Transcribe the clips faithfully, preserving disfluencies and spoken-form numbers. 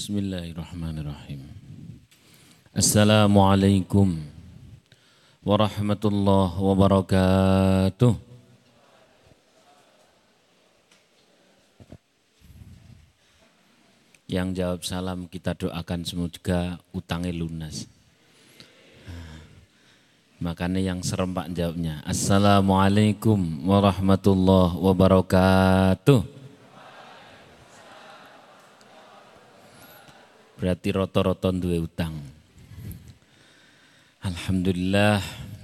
Bismillahirrahmanirrahim. Assalamualaikum warahmatullahi wabarakatuh. Yang jawab salam kita doakan semoga utangnya lunas. Makanya yang serempak jawabnya. Assalamualaikum warahmatullahi wabarakatuh. Berarti roto-roto duwe utang. Alhamdulillah.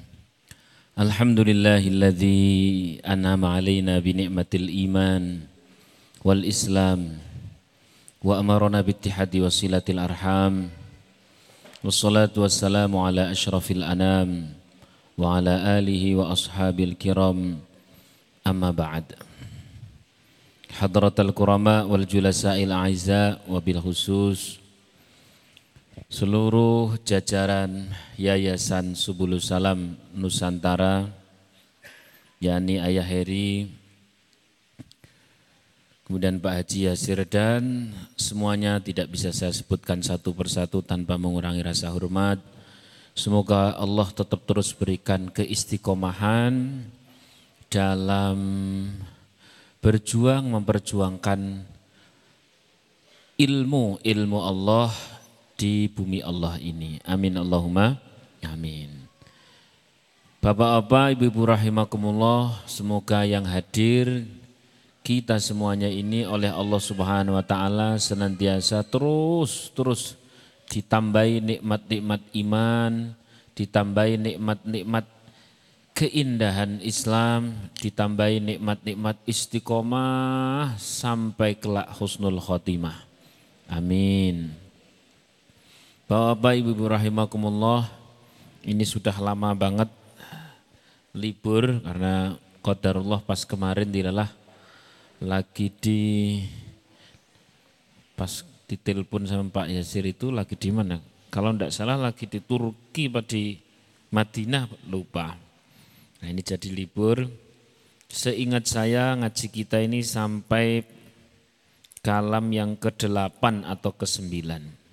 Alhamdulillahilladzi an'ama alaina bi ni'matil iman wal islam wa amarna bi ittihadi wasilatil arham. Wassalatu wassalamu ala asyrafil anam wa ala alihi wa ashabil kiram. Amma ba'd. Hadratal kurama wal julasa'il a'izza wa bil khusus seluruh jajaran Yayasan Subulus Salam Nusantara, yakni Ayah Heri, kemudian Pak Haji Yasir, dan semuanya tidak bisa saya sebutkan satu persatu tanpa mengurangi rasa hormat. Semoga Allah tetap terus berikan keistiqomahan dalam berjuang memperjuangkan ilmu-ilmu Allah di bumi Allah ini. Amin Allahumma amin. Bapak-bapak, ibu-ibu rahimakumullah, semoga yang hadir kita semuanya ini oleh Allah Subhanahu wa taala senantiasa terus terus ditambahi nikmat-nikmat iman, ditambahi nikmat-nikmat keindahan Islam, ditambahi nikmat-nikmat istiqomah sampai kelak husnul khotimah. Amin. Bapak-bapak, ibu-ibu rahimakumullah, ini sudah lama banget libur karena qadarullah pas kemarin dilalah lagi di pas ditelepon sama Pak Yasir itu lagi di mana? Kalau tidak salah lagi di Turki apa di Madinah, lupa. Nah ini jadi libur. Seingat saya ngaji kita ini sampai kalam yang kedelapan atau kesembilan.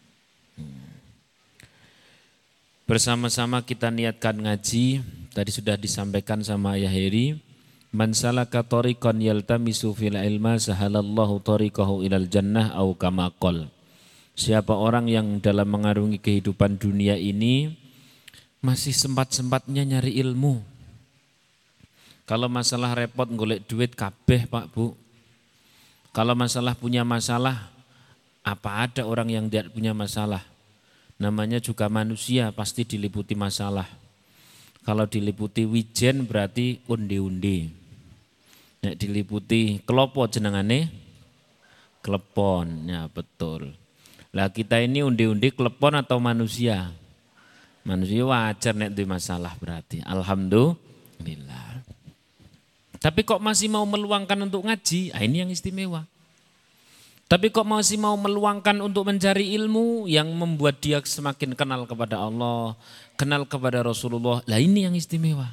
Bersama-sama kita niatkan ngaji. Tadi sudah disampaikan sama Ayah Heri. Man salaka tariqan yaltamisu fil ilma sahalallahu tariqahu ilal jannah au kama qol. Siapa orang yang dalam mengarungi kehidupan dunia ini masih sempat-sempatnya nyari ilmu. Kalau masalah repot golek duit kabeh Pak Bu. Kalau masalah punya masalah, apa ada orang yang tidak punya masalah? Namanya juga manusia, pasti diliputi masalah. Kalau diliputi wijen berarti undi-undi. Nek diliputi kelopo jenengane klepon, ya betul. Lah kita ini undi-undi klepon atau manusia? Manusia wajar nek duwe masalah berarti. Alhamdulillah. Tapi kok masih mau meluangkan untuk ngaji? Ah, ini yang istimewa. Tapi kok masih mau meluangkan untuk mencari ilmu yang membuat dia semakin kenal kepada Allah, kenal kepada Rasulullah. Lah ini yang istimewa.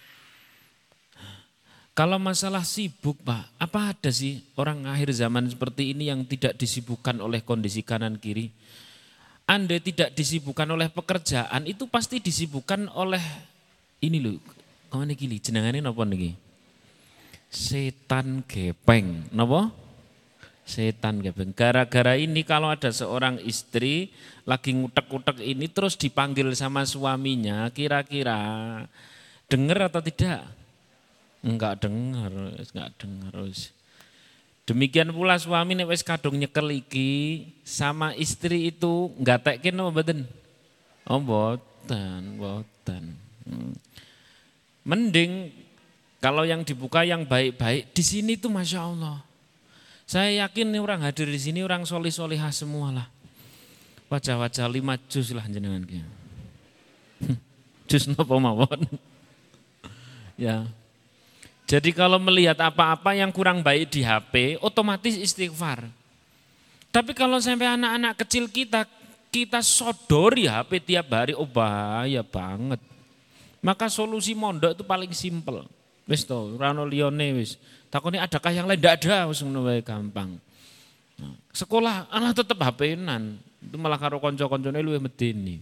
Kalau masalah sibuk Pak, apa ada sih orang akhir zaman seperti ini yang tidak disibukkan oleh kondisi kanan kiri? Anda tidak disibukkan oleh pekerjaan, itu pasti disibukkan oleh ini loh. Kemana gini, jenengannya napa niki? Setan gepeng, napa? Setan gepeng. Gara-gara ini kalau ada seorang istri lagi ngutek-ngutek ini terus dipanggil sama suaminya, kira-kira dengar atau tidak? Enggak dengar, enggak dengar. Demikian pula suami nek wis kadung nyekel iki sama istri itu nggatekke napa mboten? Oh mboten, mboten. Hmm. Mending kalau yang dibuka yang baik-baik di sini tuh Masya Allah. Saya yakin nih orang hadir di sini orang solih-solihah semua lah. Wajah-wajah lima juz lah jenengan. Juz napa mawon. Ya. Jadi kalau melihat apa-apa yang kurang baik di H P, otomatis istighfar. Tapi kalau sampai anak-anak kecil kita, kita sodori H P tiap hari, oh bahaya banget. Maka solusi mondok itu paling simpel. Wis to, ora ono liyane wis. Takone adakah yang lain? Ndak ada, wis ngono wae gampang. Sekolah anak tetep H P-nan. Itu malah karo kanca-kancane luwih medeni.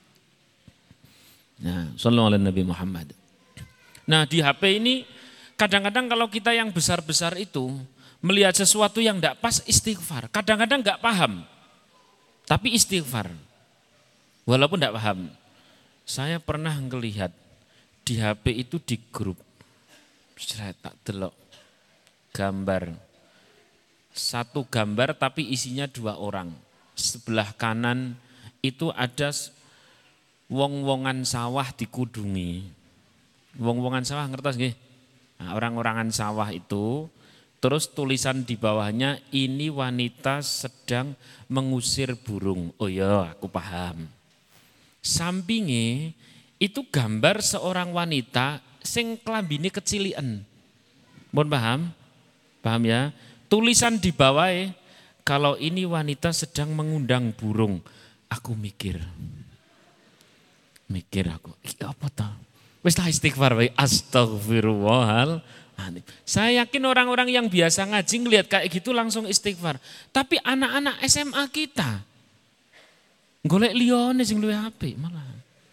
Nah, sallallahu alaihi Nabi Muhammad. Nah, di H P ini kadang-kadang kalau kita yang besar-besar itu melihat sesuatu yang tidak pas istighfar. Kadang-kadang nggak paham, tapi istighfar. Walaupun tidak paham. Saya pernah ngelihat di H P itu di grup. Saya tak delok gambar. Satu gambar tapi isinya dua orang. Sebelah kanan itu ada wong-wongan sawah dikudungi. Wong-wongan sawah ngertos nggih? Nah, orang-orangan sawah itu, terus tulisan di bawahnya, ini wanita sedang mengusir burung. Oh ya, aku paham. Sampingnya itu gambar seorang wanita sing klambine kecilian. Mohon paham? Paham ya? Tulisan di bawah, kalau ini wanita sedang mengundang burung. Aku mikir. Mikir aku, iki apa ta? Wis lah istighfar wae, astagfirullahal. Saya yakin orang-orang yang biasa ngaji ngelihat kayak gitu langsung istighfar. Tapi anak-anak S M A kita golek liyane sing luwih apik malah.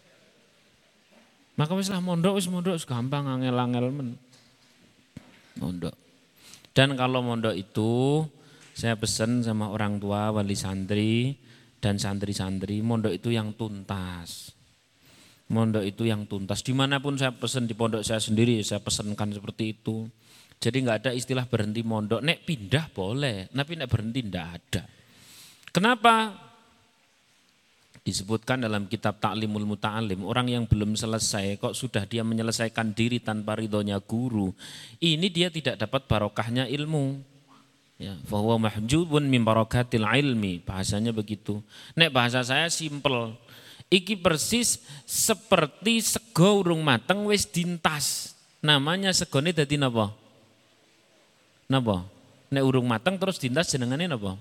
Maka wis lah mondok wis mondok gampang angel-angel men. Mondok. Dan kalau mondok itu saya pesan sama orang tua, wali santri dan santri-santri, mondok itu yang tuntas. Mondok itu yang tuntas. Dimanapun saya pesan di pondok saya sendiri, saya pesankan seperti itu. Jadi nggak ada istilah berhenti mondok. Nek pindah boleh, tapi nek berhenti tidak ada. Kenapa? Disebutkan dalam kitab Ta'limul Muta'alim, orang yang belum selesai kok sudah dia menyelesaikan diri tanpa ridhonya guru, ini dia tidak dapat barokahnya ilmu. Ya, fahuwa mahjubun min barakatil ilmi, bahasanya begitu. Nek bahasa saya simpel. Iki persis seperti sego urung mateng wis dintas. Namanya segone dadi napa? Napa? Nek urung mateng terus dintas jenengane napa?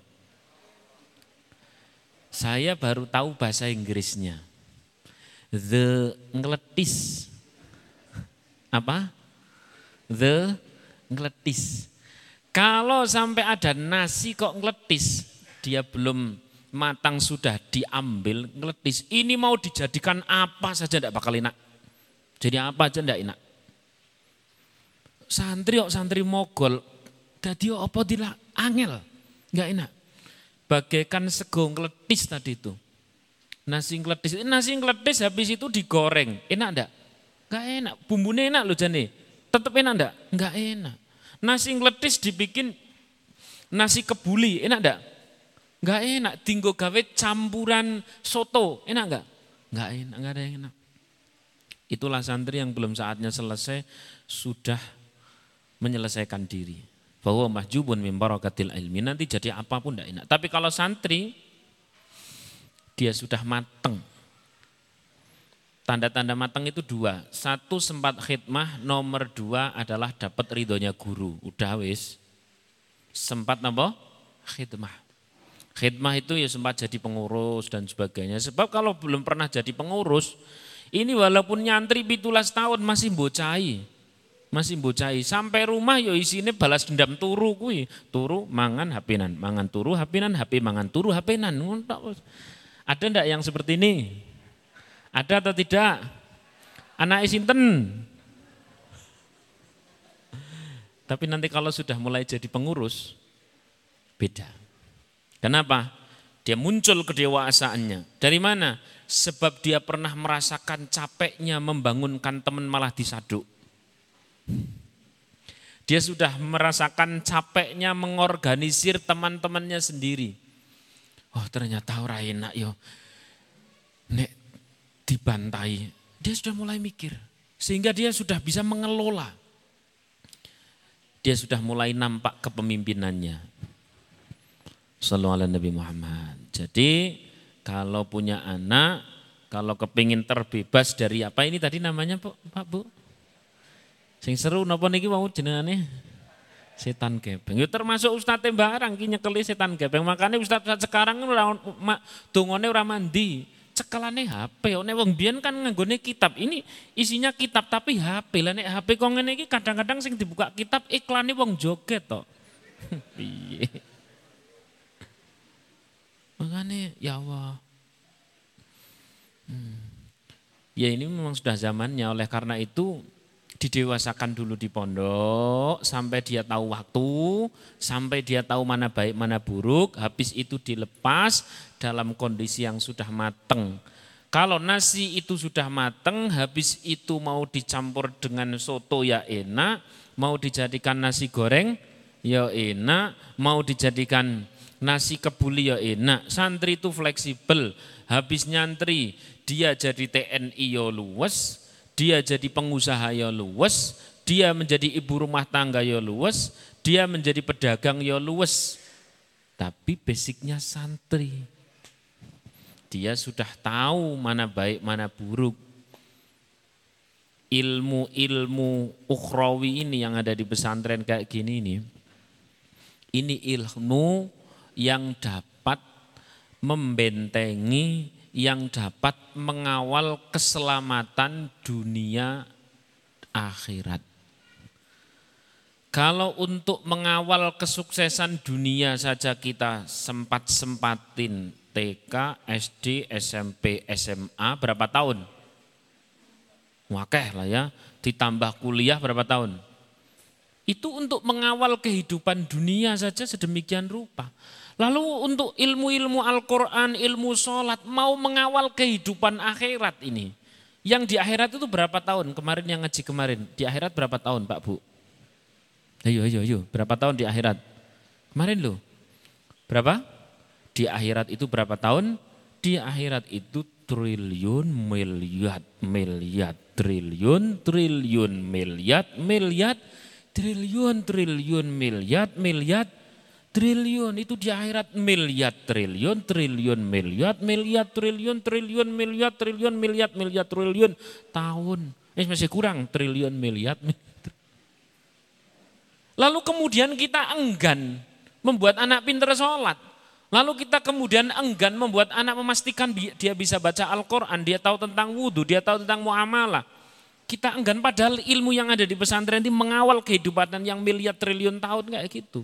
Saya baru tahu bahasa Inggrisnya. The ngeletis. Apa? The ngeletis. Kalau sampai ada nasi kok ngeletis, dia belum matang sudah diambil ngeletis. Ini mau dijadikan apa saja tidak bakal enak. Jadi apa aja tidak enak. Santri kok santri mogol. Dadi apa tidak angel. Enggak enak. Bagaikan sego ngeletis tadi itu. Nasi ngeletis. Nasi ngeletis habis itu digoreng. Enak enggak? Enggak enak. Bumbunya enak loh jane. Tetap enak enggak? Enggak enak. Nasi ngeletis dibikin nasi kebuli. Enak enggak? Enggak enak. Tinggo gawe campuran soto. Enak enggak? Enggak enak. Enggak ada yang enak. Itulah santri yang belum saatnya selesai sudah menyelesaikan diri. Bahwa mahjubun min barakatil ilmi, nanti jadi apapun tidak enak. Tapi kalau santri dia sudah mateng. Tanda-tanda mateng itu dua. Satu sempat khidmah, nomor dua adalah dapat ridhonya guru. Udah wis. Sempat apa? Khidmah. Khidmah itu ya sempat jadi pengurus dan sebagainya. Sebab kalau belum pernah jadi pengurus, ini walaupun nyantri pitulas tahun masih bocai. Masih bocai sampai rumah yo isine balas dendam turu kuwi, turu mangan hapenan, mangan turu hapenan, H P mangan turu hapenan. Ada ndak yang seperti ini? Ada atau tidak? Anak sinten? Tapi nanti kalau sudah mulai jadi pengurus beda. Kenapa? Dia muncul kedewasaannya. Dari mana? Sebab dia pernah merasakan capeknya membangunkan teman malah disaduk. Dia sudah merasakan capeknya mengorganisir teman-temannya sendiri. Oh ternyata ora enak yo. Nek dibantai. Dia sudah mulai mikir. Sehingga dia sudah bisa mengelola. Dia sudah mulai nampak kepemimpinannya. Sallallahu alaihi Nabi Muhammad. Jadi kalau punya anak, kalau kepingin terbebas dari apa ini tadi namanya Pak Bu? Sing seru napa niki mau jenengane? Setan gepeng. Ya termasuk Ustaz Tembarang ki nyekeli setan gepeng. Makanya Ustaz sekarang ora dongane ora mandi. Cekelane H P. Nek wong biyen kan nganggone kitab. Ini isinya kitab tapi H P. Lah nek H P kok ngene iki kadang-kadang sing dibuka kitab iklane wong joget to. Piye? Makanya ya Allah. Hmm. Ya ini memang sudah zamannya, oleh karena itu didewasakan dulu di pondok sampai dia tahu waktu, sampai dia tahu mana baik mana buruk, habis itu dilepas dalam kondisi yang sudah mateng. Kalau nasi itu sudah mateng, habis itu mau dicampur dengan soto ya enak, mau dijadikan nasi goreng ya enak, mau dijadikan nasi kebuli ya enak. Santri itu fleksibel, habis nyantri dia jadi T N I ya luwes, dia jadi pengusaha ya luwes, dia menjadi ibu rumah tangga ya luwes, dia menjadi pedagang ya luwes. Tapi basicnya santri. Dia sudah tahu mana baik mana buruk. Ilmu-ilmu ukhrawi ini yang ada di pesantren kayak gini ini, ini ilmu yang dapat membentengi, yang dapat mengawal keselamatan dunia akhirat. Kalau untuk mengawal kesuksesan dunia saja kita sempat-sempatin T K, S D, S M P, S M A berapa tahun? Wakeh lah ya, ditambah kuliah berapa tahun? Itu untuk mengawal kehidupan dunia saja sedemikian rupa. Lalu untuk ilmu-ilmu Al-Quran, ilmu sholat, mau mengawal kehidupan akhirat ini. Yang di akhirat itu berapa tahun? Kemarin yang ngaji kemarin, di akhirat berapa tahun Pak Bu? Ayo, ayo, ayo, berapa tahun di akhirat? Kemarin loh, berapa? Di akhirat itu berapa tahun? Di akhirat itu triliun, miliar, miliar, triliun, triliun, miliar, miliar, triliun, triliun, miliar, miliar, triliun. Itu di akhirat miliar, triliun, triliun, miliar, miliar, triliun, triliun, miliar, triliun, miliar, miliar, triliun tahun. Eh masih kurang triliun, miliar. Lalu kemudian kita enggan membuat anak pintar sholat. Lalu kita kemudian enggan membuat anak memastikan dia bisa baca Al-Quran, dia tahu tentang wudhu, dia tahu tentang muamalah. Kita enggan padahal ilmu yang ada di pesantren ini mengawal kehidupan yang miliar triliun tahun kayak gitu.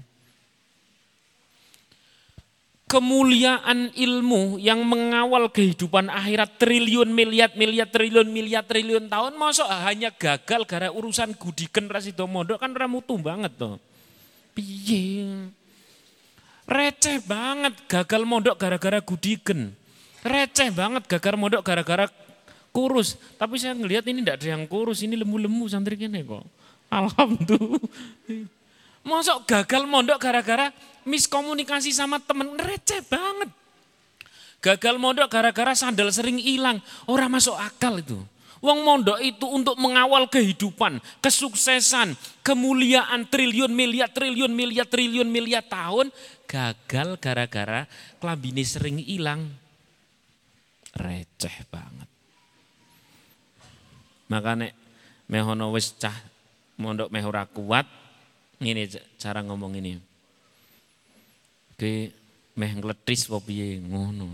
Kemuliaan ilmu yang mengawal kehidupan akhirat triliun, miliar, miliar, triliun, miliar, triliun tahun, masa hanya gagal gara urusan gudiken rasido mondok kan ramutu banget tuh. Piye? Receh banget gagal mondok gara-gara gudiken. Receh banget gagal mondok gara-gara kurus. Tapi saya ngelihat ini tidak ada yang kurus, ini lemu-lemu santri kene kok. Alhamdulillah. Masuk gagal mondok gara-gara miskomunikasi sama temen, receh banget. Gagal mondok gara-gara sandal sering hilang, orang masuk akal itu. Wong mondok itu untuk mengawal kehidupan, kesuksesan, kemuliaan triliun, miliar, triliun, miliar, triliun, miliar tahun. Gagal gara-gara klambine sering hilang. Receh banget. Makanya mehono wis cah mondok meh ora kuat. Ini cara ngomong ini. Oke, meh ngletis apa piye ngono.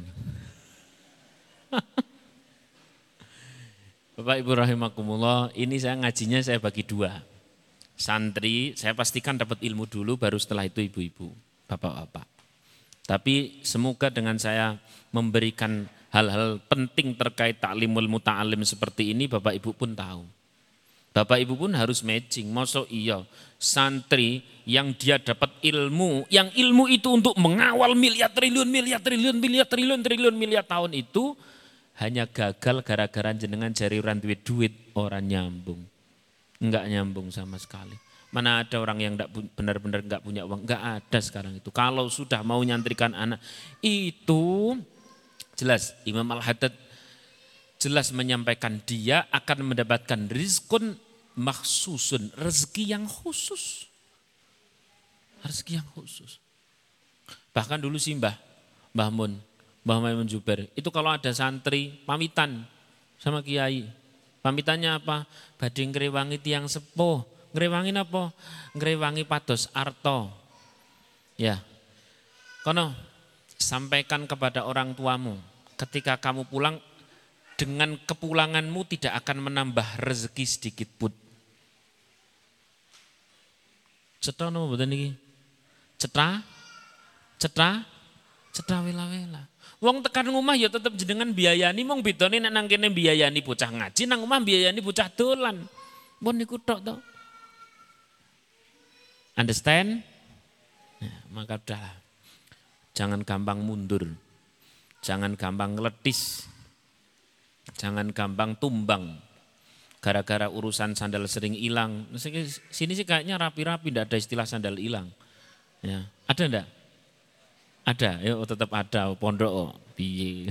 Bapak Ibu rahimakumullah, ini saya ngajinya saya bagi dua. Santri, saya pastikan dapat ilmu dulu baru setelah itu ibu-ibu, bapak-bapak. Tapi semoga dengan saya memberikan hal-hal penting terkait ta'limul muta'alim seperti ini, Bapak Ibu pun tahu. Bapak Ibu pun harus matching, mosok iya santri yang dia dapat ilmu, yang ilmu itu untuk mengawal miliar triliun, miliar triliun, miliar triliun, triliun, miliar tahun itu hanya gagal gara-gara jenengan jari orang duit duit, orang nyambung. Enggak nyambung sama sekali. Mana ada orang yang benar-benar enggak punya uang, enggak ada sekarang itu. Kalau sudah mau nyantrikan anak, itu jelas Imam Al-Haddad jelas menyampaikan dia akan mendapatkan rizkun makhsusun, rezeki yang khusus. Rezeki yang khusus. Bahkan dulu sih Mbah, Mbah Mun, Mbah Maimun Jubair, itu kalau ada santri pamitan sama kiai, pamitannya apa? Badhe ngrewangi tiang sepuh. Ngrewangin apa? Ngrewangi pados arto. Ya. Kono sampaikan kepada orang tuamu, ketika kamu pulang, dengan kepulanganmu tidak akan menambah rezeki sedikit pun. Cetha napa mboten niki? Cetha? Cetha? Cedhak wela-wela. Wong tekan ngomah ya tetep jenengan biayani, mong bedane nek nang kene biayani bocah ngaji, nang omah biayani bocah dolan. Mun niku tok to. Understand? Nah, maka udah jangan gampang mundur. Jangan gampang ngeletis. Jangan gampang tumbang. Gara-gara urusan sandal sering hilang. Sini sih kayaknya rapi-rapi, enggak ada istilah sandal hilang. Ya, ada enggak? Ada, ya tetap ada pondok oh, piye.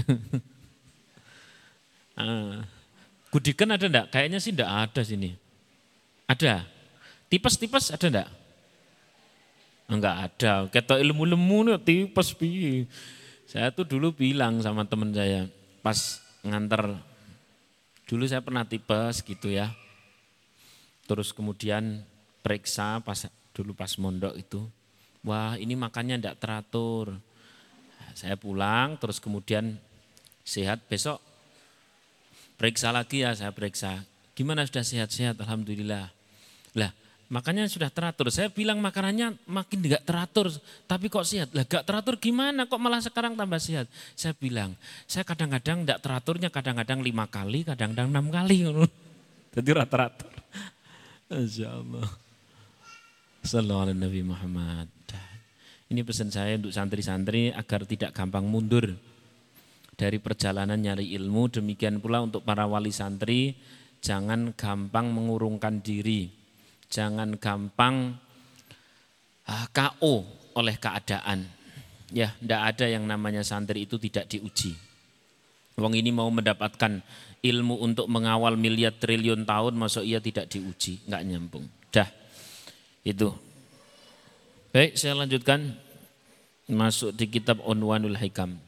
ah. Gudikan ada enggak? Kayaknya sih enggak ada sini. Ada. Tipes-tipes ada enggak? Enggak ada. Ketok ilmu lemu nih tipes piye. Saya tuh dulu bilang sama teman saya pas nganter, dulu saya pernah tipes gitu ya. Terus kemudian periksa pas dulu pas mondok itu. Wah, ini makannya enggak teratur. Saya pulang terus kemudian sehat, besok periksa lagi ya, saya periksa. Gimana sudah sehat-sehat? Alhamdulillah. Lah, makannya sudah teratur. Saya bilang makanannya makin enggak teratur, tapi kok sehat. Lah, enggak teratur gimana kok malah sekarang tambah sehat? Saya bilang, saya kadang-kadang enggak teraturnya kadang-kadang lima kali, kadang-kadang enam kali. Jadi rata-rata. Masya Allah. Sallallahu alaihi Nabi Muhammad. Ini pesan saya untuk santri-santri agar tidak gampang mundur dari perjalanan nyari ilmu. Demikian pula untuk para wali santri, jangan gampang mengurungkan diri. Jangan gampang ah, K O oleh keadaan. Ya, tidak ada yang namanya santri itu tidak diuji. Wong ini mau mendapatkan ilmu untuk mengawal miliar triliun tahun, masuk ia tidak diuji, enggak nyambung. Dah, itu. Baik, saya lanjutkan masuk di kitab Unwanul Hikam.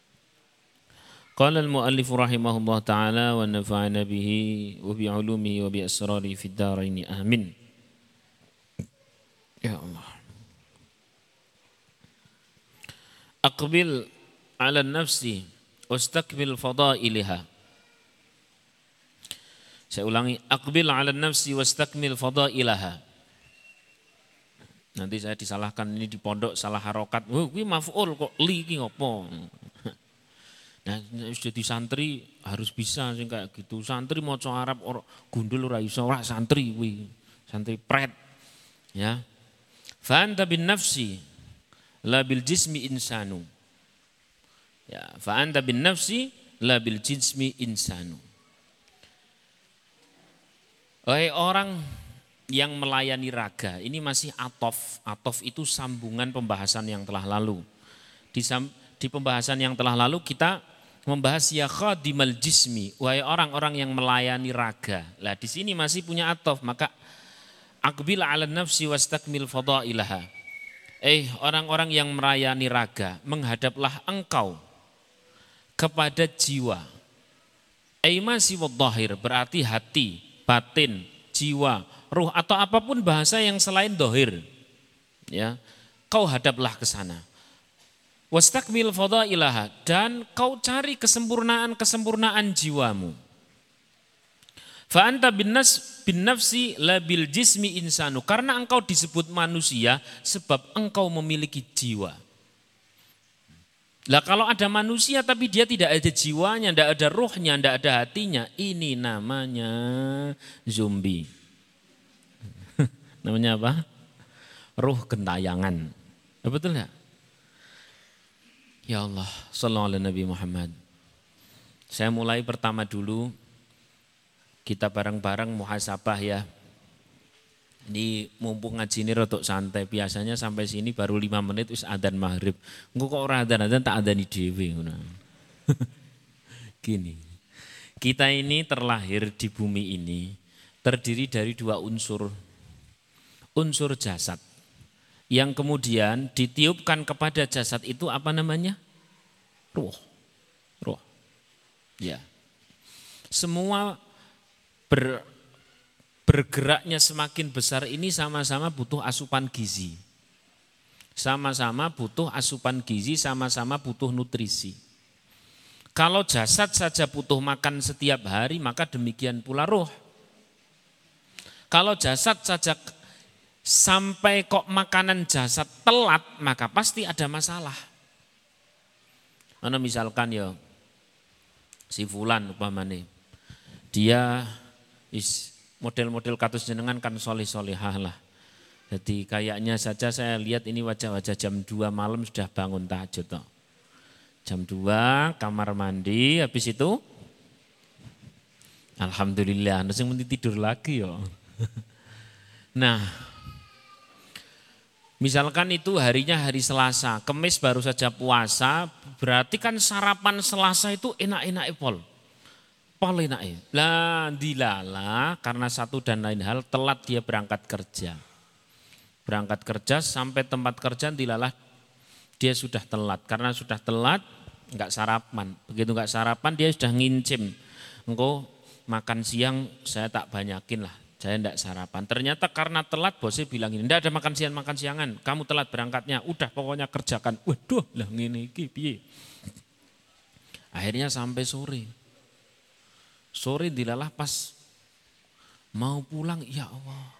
Qala al-muallif rahimahullah taala wa nafa'ana bihi wa bi 'ulumihi wa bi asrari fid dharain. Amin. Ya Allah. Aqbil 'ala an-nafsi wastakmil fadailaha. Saya ulangi, aqbil 'ala an-nafsi wastakmil fadailaha. Nanti saya disalahkan ini di pondok salah harokat. Oh, kuwi maf'ul kok li iki ngopo? Nah, sudah di santri harus bisa sing kayak gitu. Santri maca Arab or gundul ora iso, ora santri kuwi. Santri pret. Ya. Fa anta bin nafsi la bil jismi insanu. Ya, fa anta bin nafsi la bil jismi insanu. Wahai orang yang melayani raga, ini masih atof. Atof itu sambungan pembahasan yang telah lalu. Di, di pembahasan yang telah lalu kita membahas ya khadimal jismi, wahai orang-orang yang melayani raga. Lah di sini masih punya atof, maka aqbil 'ala nafsi wastakmil fadailaha. Eh orang-orang yang melayani raga, menghadaplah engkau kepada jiwa. Eh masih wadhahir, berarti hati, batin, jiwa, ruh atau apapun bahasa yang selain dohir, ya, kau hadaplah ke sana. Wastakmil fadailaha, dan kau cari kesempurnaan-kesempurnaan jiwamu. Fa anta bin nas bin nafsi la bil jismi insanu, karena engkau disebut manusia sebab engkau memiliki jiwa. Lah kalau ada manusia tapi dia tidak ada jiwanya, tidak ada ruhnya, tidak ada hatinya, ini namanya zombie. Namanya apa? Ruh gentayangan. Betul enggak? Ya Allah, sallallahu alaihi Nabi Muhammad. Saya mulai pertama dulu, kita bareng-bareng muhasabah ya. Ini mumpung ngaji ini rotok santai, biasanya sampai sini baru lima menit wis adzan maghrib. Engko kok ora adzan-adzan tak adzani dhewe ngono. Gini. Kita ini terlahir di bumi ini terdiri dari dua unsur. Unsur jasad. Yang kemudian ditiupkan kepada jasad itu apa namanya? Ruh. Ruh. Ya. Semua ber bergeraknya semakin besar ini sama-sama butuh asupan gizi. Sama-sama butuh asupan gizi, sama-sama butuh nutrisi. Kalau jasad saja butuh makan setiap hari, maka demikian pula roh. Kalau jasad saja sampai kok makanan jasad telat, maka pasti ada masalah. Ana misalkan ya si fulan upamane. Dia is model-model katus jenengan kan soleh-solehah lah. Jadi kayaknya saja saya lihat ini wajah-wajah jam dua malam sudah bangun tahajud toh. Jam dua kamar mandi, habis itu alhamdulillah, nanti mesti tidur lagi yo. Nah, misalkan itu harinya hari Selasa, Kemis baru saja puasa, berarti kan sarapan Selasa itu enak-enak pol. Pol enak ya. Lah dilala karena satu dan lain hal telat dia berangkat kerja. Berangkat kerja sampai tempat kerja dilalah dia sudah telat. Karena sudah telat enggak sarapan. Begitu enggak sarapan dia sudah ngincim. Engkau makan siang saya tak banyakin lah. Saya enggak sarapan. Ternyata karena telat bosnya bilang ini, enggak ada makan siang makan siangan. Kamu telat berangkatnya. Udah pokoknya kerjakan. Waduh lah ngene iki piye. Akhirnya sampai sore. Sore dilalah pas mau pulang, ya Allah.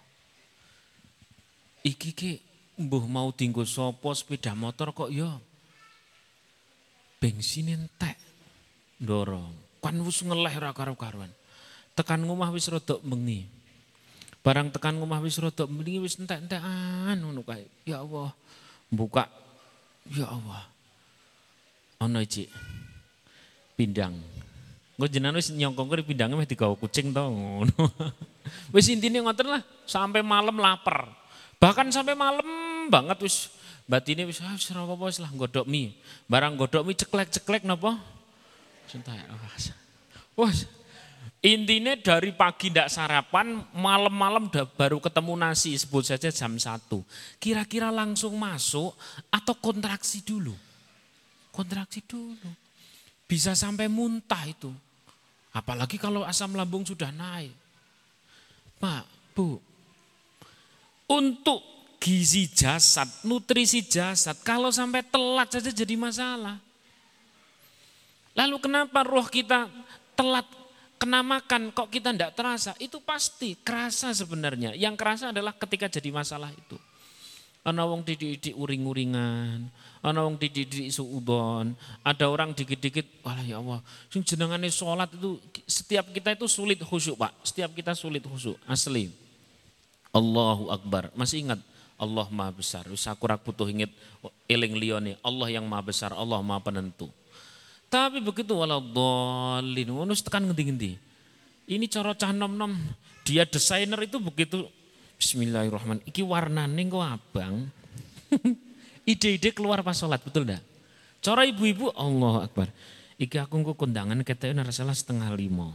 Iki ki mbuh mau dinggo sopo sepeda motor kok ya bensin entek ndorong. Kan wis ngeleh ra karo-karuan. Tekan ngomah wis rodok bengi. Barang tekan ngomah wis rodok bengi wis entek-entekan ngono kae. Ya Allah. Buka. Ya Allah. Ono iki. Pindang. Engko jenengan wis nyongkong pindange meh digawa kucing to ngono. Wis intine ngoten lah, sampai malam lapar. Bahkan sampai malam banget wis batine wis ah wis ora apa-apa wis lah nggodhok mie. Barang nggodhok mie ceklek-ceklek napa? Sentai. Wah. Intinya dari pagi tidak sarapan, malam-malam baru ketemu nasi, sebut saja jam satu. Kira-kira langsung masuk atau kontraksi dulu? Kontraksi dulu. Bisa sampai muntah itu. Apalagi kalau asam lambung sudah naik. Pak, Bu, untuk gizi jasad, nutrisi jasad, kalau sampai telat saja jadi masalah. Lalu kenapa roh kita telat kena makan kok kita tidak terasa? Itu pasti kerasa sebenarnya. Yang kerasa adalah ketika jadi masalah itu. Ana wong didik-didik uring-uringan, ana wong didik-didik suudon, ada orang dikit-dikit, wah ya Allah, sing jenengane sholat itu setiap kita itu sulit khusyuk Pak, setiap kita sulit khusyuk, asli. Allahu Akbar, masih ingat Allah Maha Besar, wis aku ra butuh inget eling liyane, Allah yang Maha Besar, Allah Maha Penentu. Tapi begitu waladhdallin, ngono tekan ngendi-ngendi. Ini cara cah nom-nom, dia desainer itu begitu bismillahirrahmanirrahim. Iki warnane kok abang. Ide-ide keluar pas sholat, betul enggak? Cara ibu-ibu Allahu Akbar. Iki aku engko kondangan keteke ora salah setengah lima.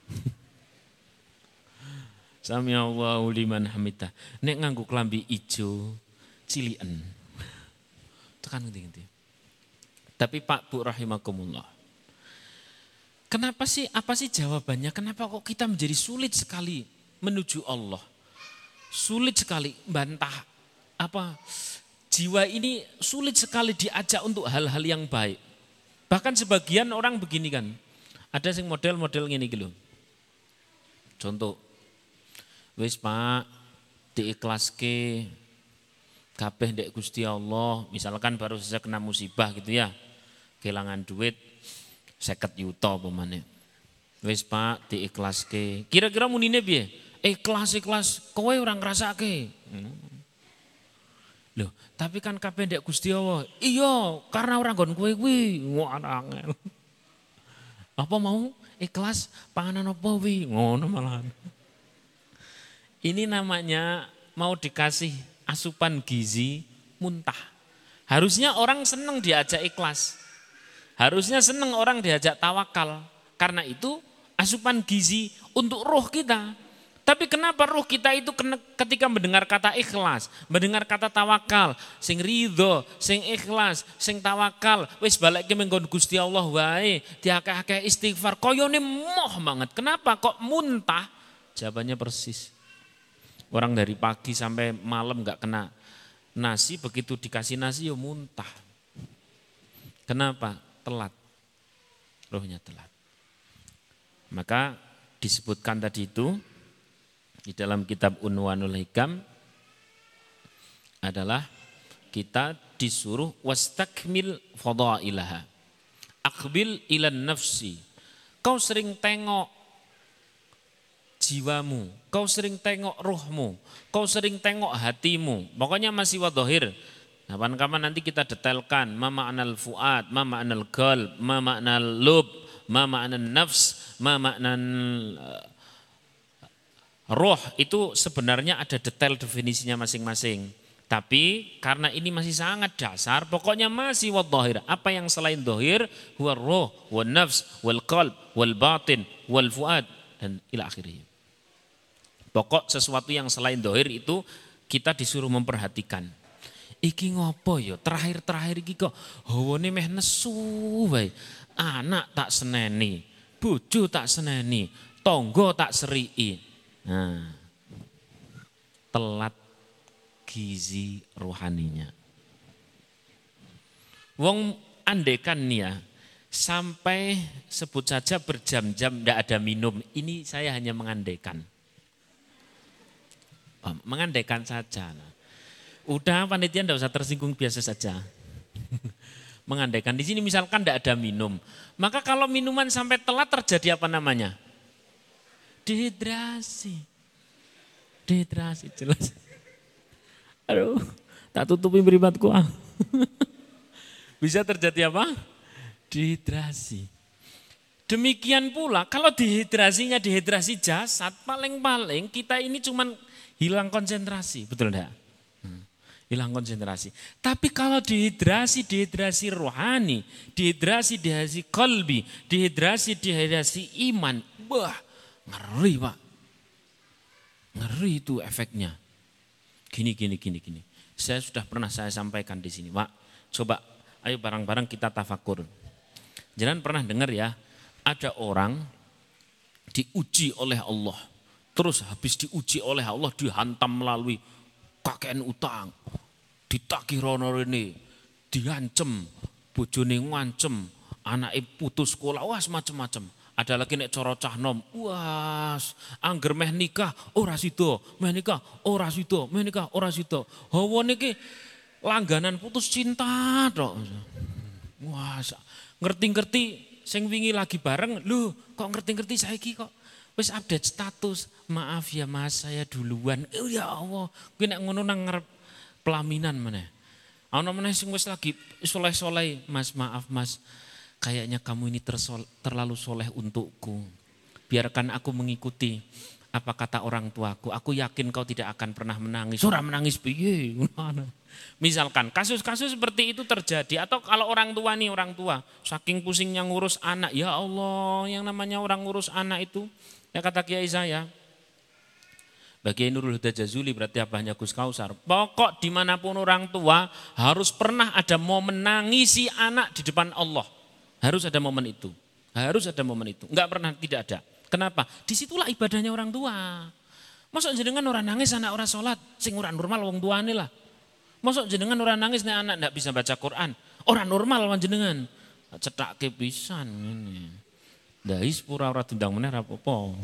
Sami Allahu liman hamidah. Nek nganggo klambi ijo ciliken. Tekan ngendi-ngendi. Tapi Pak Bu rahimakumullah. Kenapa sih, apa sih jawabannya? Kenapa kok kita menjadi sulit sekali menuju Allah? Sulit sekali bantah apa jiwa ini sulit sekali diajak untuk hal-hal yang baik. Bahkan sebagian orang begini kan. Ada yang model-model ngene iki lho. Contoh. Wis Pak, diikhlaske kabeh ndek Gusti Allah, misalkan baru saja kena musibah gitu ya. Kehilangan duit seket juta pemane. Wis Pak diikhlaske. Kira-kira munine piye? Ikhlas-ikhlas kowe ora ngrasake. Hmm. Loh, tapi kan kabeh ndek Gusti Allah. Iya, karena ora nggon kowe kuwi. Ngono angel. Apa mau ikhlas panganan apa wi? Ngono malahan. Ini namanya mau dikasih asupan gizi muntah. Harusnya orang senang diajak ikhlas. Harusnya senang orang diajak tawakal. Karena itu asupan gizi untuk roh kita. Tapi kenapa roh kita itu ketika mendengar kata ikhlas, mendengar kata tawakal, sing ridho, sing ikhlas, sing tawakal, wis balik ke menggon Gusti Allah wae, diakeh-akeh istighfar, koyone moh banget. Kenapa kok muntah? Jawabannya persis. Orang dari pagi sampai malam enggak kena nasi, begitu dikasih nasi ya muntah. Kenapa? Telat. Rohnya telat. Maka disebutkan tadi itu di dalam kitab Unwanul Hikam adalah kita disuruh wastakmil fadailaha. Akbil ilan nafsi. Kau sering tengok jiwamu, kau sering tengok ruhmu, kau sering tengok hatimu. Pokoknya masih wadhahir. Kapan-kapan nanti kita detailkan ma ma'nal fuad, ma ma'nal qalb, ma ma'nal lub, ma ma'nan nafs, ma ma'nan roh. Itu sebenarnya ada detail definisinya masing-masing. Tapi karena ini masih sangat dasar, pokoknya masih wadhahir. Apa yang selain dhahir, huwa roh, wal nafs, wal qalb, wal batin, wal fuad, dan ila akhirnya. Pokok sesuatu yang selain dhahir itu kita disuruh memperhatikan. Iki ngopo yo, terakhir-terakhir iki kok hawane meh nesu wae. Anak tak seneni, bojo tak seneni, tonggo tak serii. Nah, telat gizi rohaninya. Wong andekan nih ya, sampai sebut saja berjam-jam tidak ada minum. Ini saya hanya mengandekan. Mengandekan saja. Udah panitia tidak usah tersinggung, biasa saja. Mengandaikan di sini misalkan tidak ada minum, maka kalau minuman sampai telat terjadi apa namanya? Dehidrasi. Dehidrasi jelas. Aduh, tak tutupi beribatku ah. Bisa terjadi apa? Dehidrasi. Demikian pula kalau dehidrasinya dehidrasi jasad, paling-paling kita ini cuman hilang konsentrasi, betul enggak? Hilang konsentrasi. Tapi kalau dehidrasi, dehidrasi rohani, dehidrasi, dehidrasi kalbi, dehidrasi, dehidrasi iman, wah ngeri Pak. Ngeri itu efeknya. Gini, gini, gini, gini. Saya sudah pernah saya sampaikan di sini Pak. Coba ayo bareng-bareng kita tafakur. Jangan pernah dengar ya, ada orang diuji oleh Allah. Terus habis diuji oleh Allah dihantam melalui kakean utang, ditagih rono rene, diancem, bojone ngancem, anake putus sekolah, wah macam-macam. Ada lagi nek cara cah nom, wah angger meh nikah ora sida, meh nikah ora sida, meh nikah ora sida. Hawa niki langganan putus cinta tok. Wah, ngerti-ngerti sing wingi lagi bareng, lho kok ngerti-ngerti saiki kok wis update status, maaf ya mas saya duluan. Oh ya Allah, kuwi nek ngono nang ngarep pelaminan meneh. Ana meneh sing wis lagi soleh-soleh, mas maaf mas, kayaknya kamu ini tersol, terlalu soleh untukku. Biarkan aku mengikuti apa kata orang tuaku. Aku yakin kau tidak akan pernah menangis. Ora menangis piye? Misalkan kasus-kasus seperti itu terjadi, atau kalau orang tua nih orang tua saking pusingnya ngurus anak, ya Allah, yang namanya orang ngurus anak itu. Ya kata kiai saya, bagi Nurul Huda Jazuli berarti abahnya Gus Kausar. Pokok dimanapun orang tua harus pernah ada momen nangisi anak di depan Allah. Harus ada momen itu. Harus ada momen itu. Enggak pernah tidak ada. Kenapa? Disitulah ibadahnya orang tua. Masuk jenengan orang nangis anak orang sholat, sing ora normal wong tuane lah. Masuk jenengan orang nangis nek anak ndak bisa baca Quran. Orang normal wong jenengan. Cetake pisan ngene. Dais pura ora tundang meneh rapopo.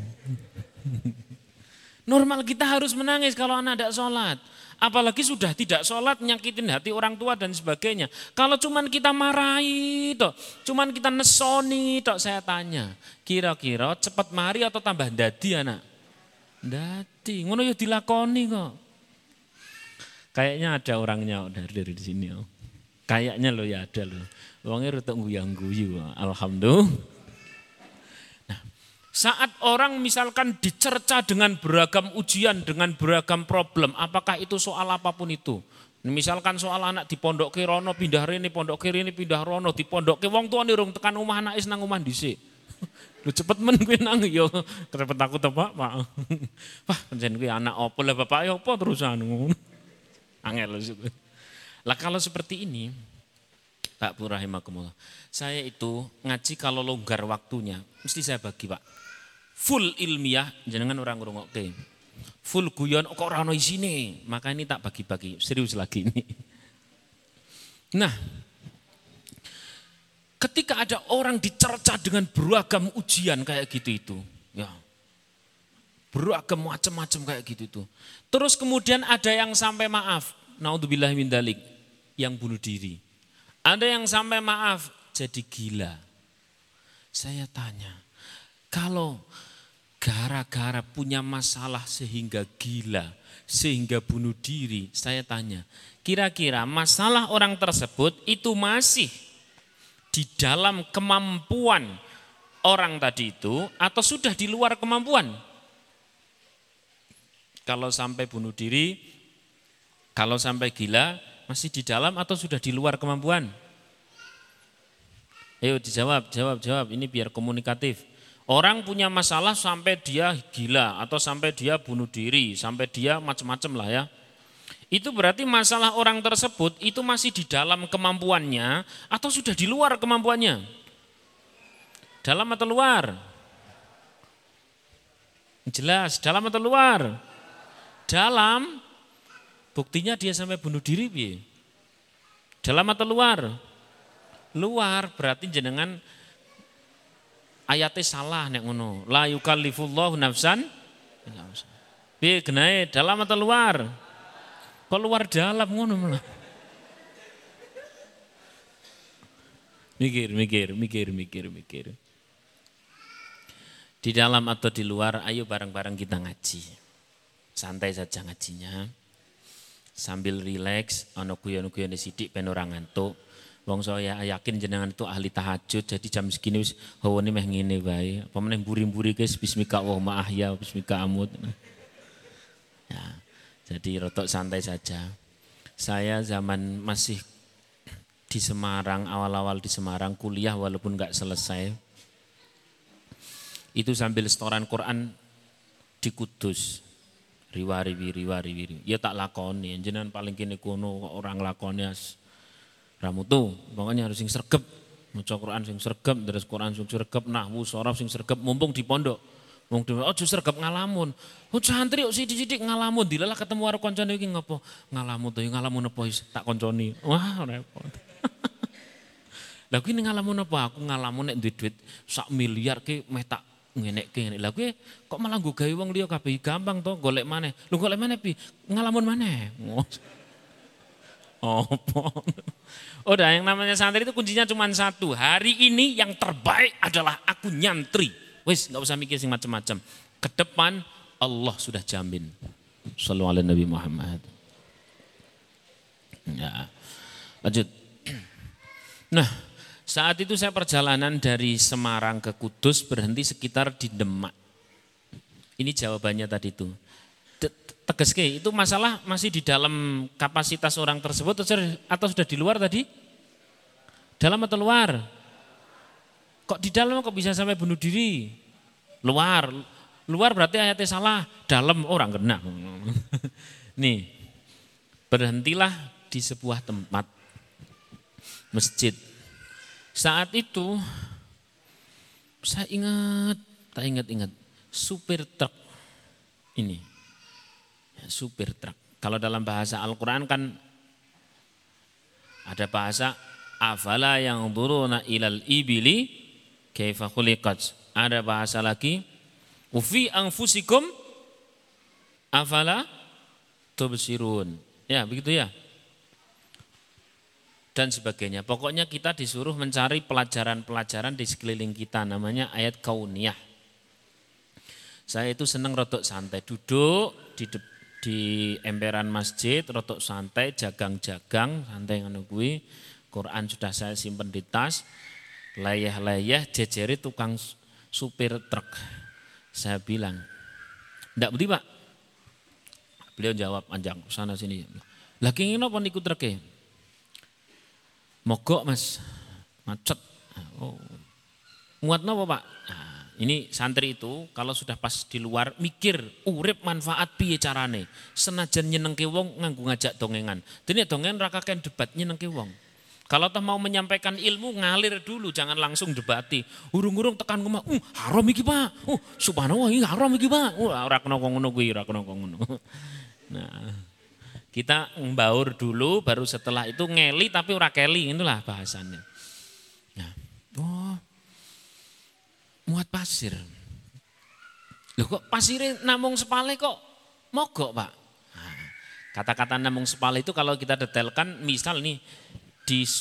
Normal kita harus menangis kalau anak tidak sholat. Apalagi sudah tidak sholat, nyakitin hati orang tua dan sebagainya. Kalau cuman kita marahi, toh, cuman kita nesoni, toh, saya tanya, kira-kira cepat mari atau tambah dadi anak? Dadi, ngono ya dilakoni kok. Kayaknya ada orangnya dari, dari sini. Oh. Kayaknya lo ya ada lo. Wongnya rada guyang-guyu. Alhamdulillah. Saat orang misalkan dicerca dengan beragam ujian, dengan beragam problem, apakah itu soal apapun itu. Misalkan soal anak di pondok ke rono, pindah rene, pondok ke rene, pindah rono, di pondok ke wong tua nih rung tekan omah anak is nang omah dhisik. Lu cepet men gue nang yo, cepet takut apa Pak. Wah pancen gue anak opo lah bapak yo opo terusan ngono. Angel lu. Lah kalau seperti ini, Pak Bu rahimakumullah, saya itu ngaji kalau longgar waktunya, mesti saya bagi Pak. Full ilmiah, jangan orang ngrungokke. Full guyon kok ora ono isine, maka ini tak bagi-bagi, serius lagi ini. Nah, ketika ada orang dicerca dengan beragam ujian kayak gitu itu, ya. Beragam macam-macam kayak gitu itu. Terus kemudian ada yang sampai maaf, naudzubillah min dzalik, yang bunuh diri. Ada yang sampai maaf jadi gila. Saya tanya, kalau gara-gara punya masalah sehingga gila, sehingga bunuh diri, saya tanya, kira-kira masalah orang tersebut itu masih di dalam kemampuan orang tadi itu atau sudah di luar kemampuan? Kalau sampai bunuh diri, kalau sampai gila, masih di dalam atau sudah di luar kemampuan? Ayo dijawab, jawab, jawab, ini biar komunikatif. Orang punya masalah sampai dia gila atau sampai dia bunuh diri, sampai dia macam-macam lah ya. Itu berarti masalah orang tersebut itu masih di dalam kemampuannya atau sudah di luar kemampuannya? Dalam atau luar? Jelas, dalam atau luar? Dalam. Buktinya dia sampai bunuh diri piye? Dalam atau luar? Luar, berarti jenengan ayatnya salah nek ngono. La yukallifullahu nafsan. Piye genahe, dalam atau luar? Kok luar dalam ngono malah. Mikir, mikir, mikir, mikir, mikir. Di dalam atau di luar, ayo bareng-bareng kita ngaji. Santai saja ngajinya. Sambil rileks, ana guyon-guyone sithik ben ora ngantuk. Wong saya yakin jenengan itu ahli tahajud, jadi jam segini wis hawane meh ngene wae. Apa meneh mburi-mburi guys bismika wa ma'ahya bismika amut. Ya. Jadi rotok santai saja. Saya zaman masih di Semarang, awal-awal di Semarang kuliah walaupun enggak selesai. Itu sambil setoran Quran di Kudus. Riwari riwari ya tak lakoni, jenengan paling kene kono orang lakoni as ramutu, pokoknya harus sing sregep, maca Quran sing sregep, deres Quran sing sregep, nahwu sorof sing sregep, mumpung di pondok. Wong dhewe ojo sregep ngalamun. Oh santri kok sithik-sithik ngalamun, dilalah ketemu karo kancane iki ngopo? Ngalamun to, ngalamun apa tak konconi. Wah, repot. Lah kuwi ngalamun apa? Aku ngalamun nek duit duit sak miliar ki meh tak ngenekke ngene. Lah kuwi kok malah nggo gawe wong liya kabeh gampang to, golek maneh. Lho golek maneh pi? Ngalamun maneh. Apa? Udah, yang namanya santri itu kuncinya cuma satu. Hari ini yang terbaik adalah aku nyantri. Wis, enggak usah mikir sing macam-macam. Ke depan Allah sudah jamin. Shallallahu alaihi Nabi Muhammad. Ya. Lanjut. Nah, saat itu saya perjalanan dari Semarang ke Kudus berhenti sekitar di Demak. Ini jawabannya tadi itu. Tegas ke, itu masalah masih di dalam kapasitas orang tersebut atau sudah di luar tadi? Dalam atau luar? Kok di dalam kok bisa sampai bunuh diri? Luar. Luar berarti ayatnya salah. Dalam orang kena. Nih, berhentilah di sebuah tempat masjid. Saat itu saya ingat, tak ingat-ingat, supir truk ini. Ya, supir truk. Kalau dalam bahasa Al-Quran kan ada bahasa afala yang duruna ilal ibili kaifa khuliqat. Ada bahasa lagi ufi anfusikum afala tubsirun. Ya, begitu ya. Dan sebagainya. Pokoknya kita disuruh mencari pelajaran-pelajaran di sekeliling kita, namanya ayat kauniyah. Saya itu senang rotok santai, duduk di di emperan masjid, rotok santai, jagang-jagang, santai ngono kuwi. Quran sudah saya simpen di tas. Layah-layah jejeri tukang supir truk. Saya bilang, "Ndak beli, Pak?" Beliau jawab, "Anjang, sana sini." Lagi ngene apa niku truke? Mogok Mas, macet. Oh. Muat napa Pak? Nah, ini santri itu kalau sudah pas di luar mikir urip manfaat piye carane. Senajan nyenengke wong nganggo ngajak dongengan. Dene dongengan ra kakean debat nyenengke wong. Kalau toh mau menyampaikan ilmu ngalir dulu, jangan langsung debati. Urung-urung tekan ngomong, uh, haram iki Pak. Uh, subhanallah iki haram iki Pak. Uh, ora kena kok ngono kuwi, ora kena kok ngono. Nah, kita membaur dulu, baru setelah itu ngeli tapi ora keli, itulah bahasannya. Nah, oh, muat pasir. Loh kok pasirnya namung sepale kok mogok Pak? Nah, kata-kata namung sepale itu kalau kita detailkan, misal nih di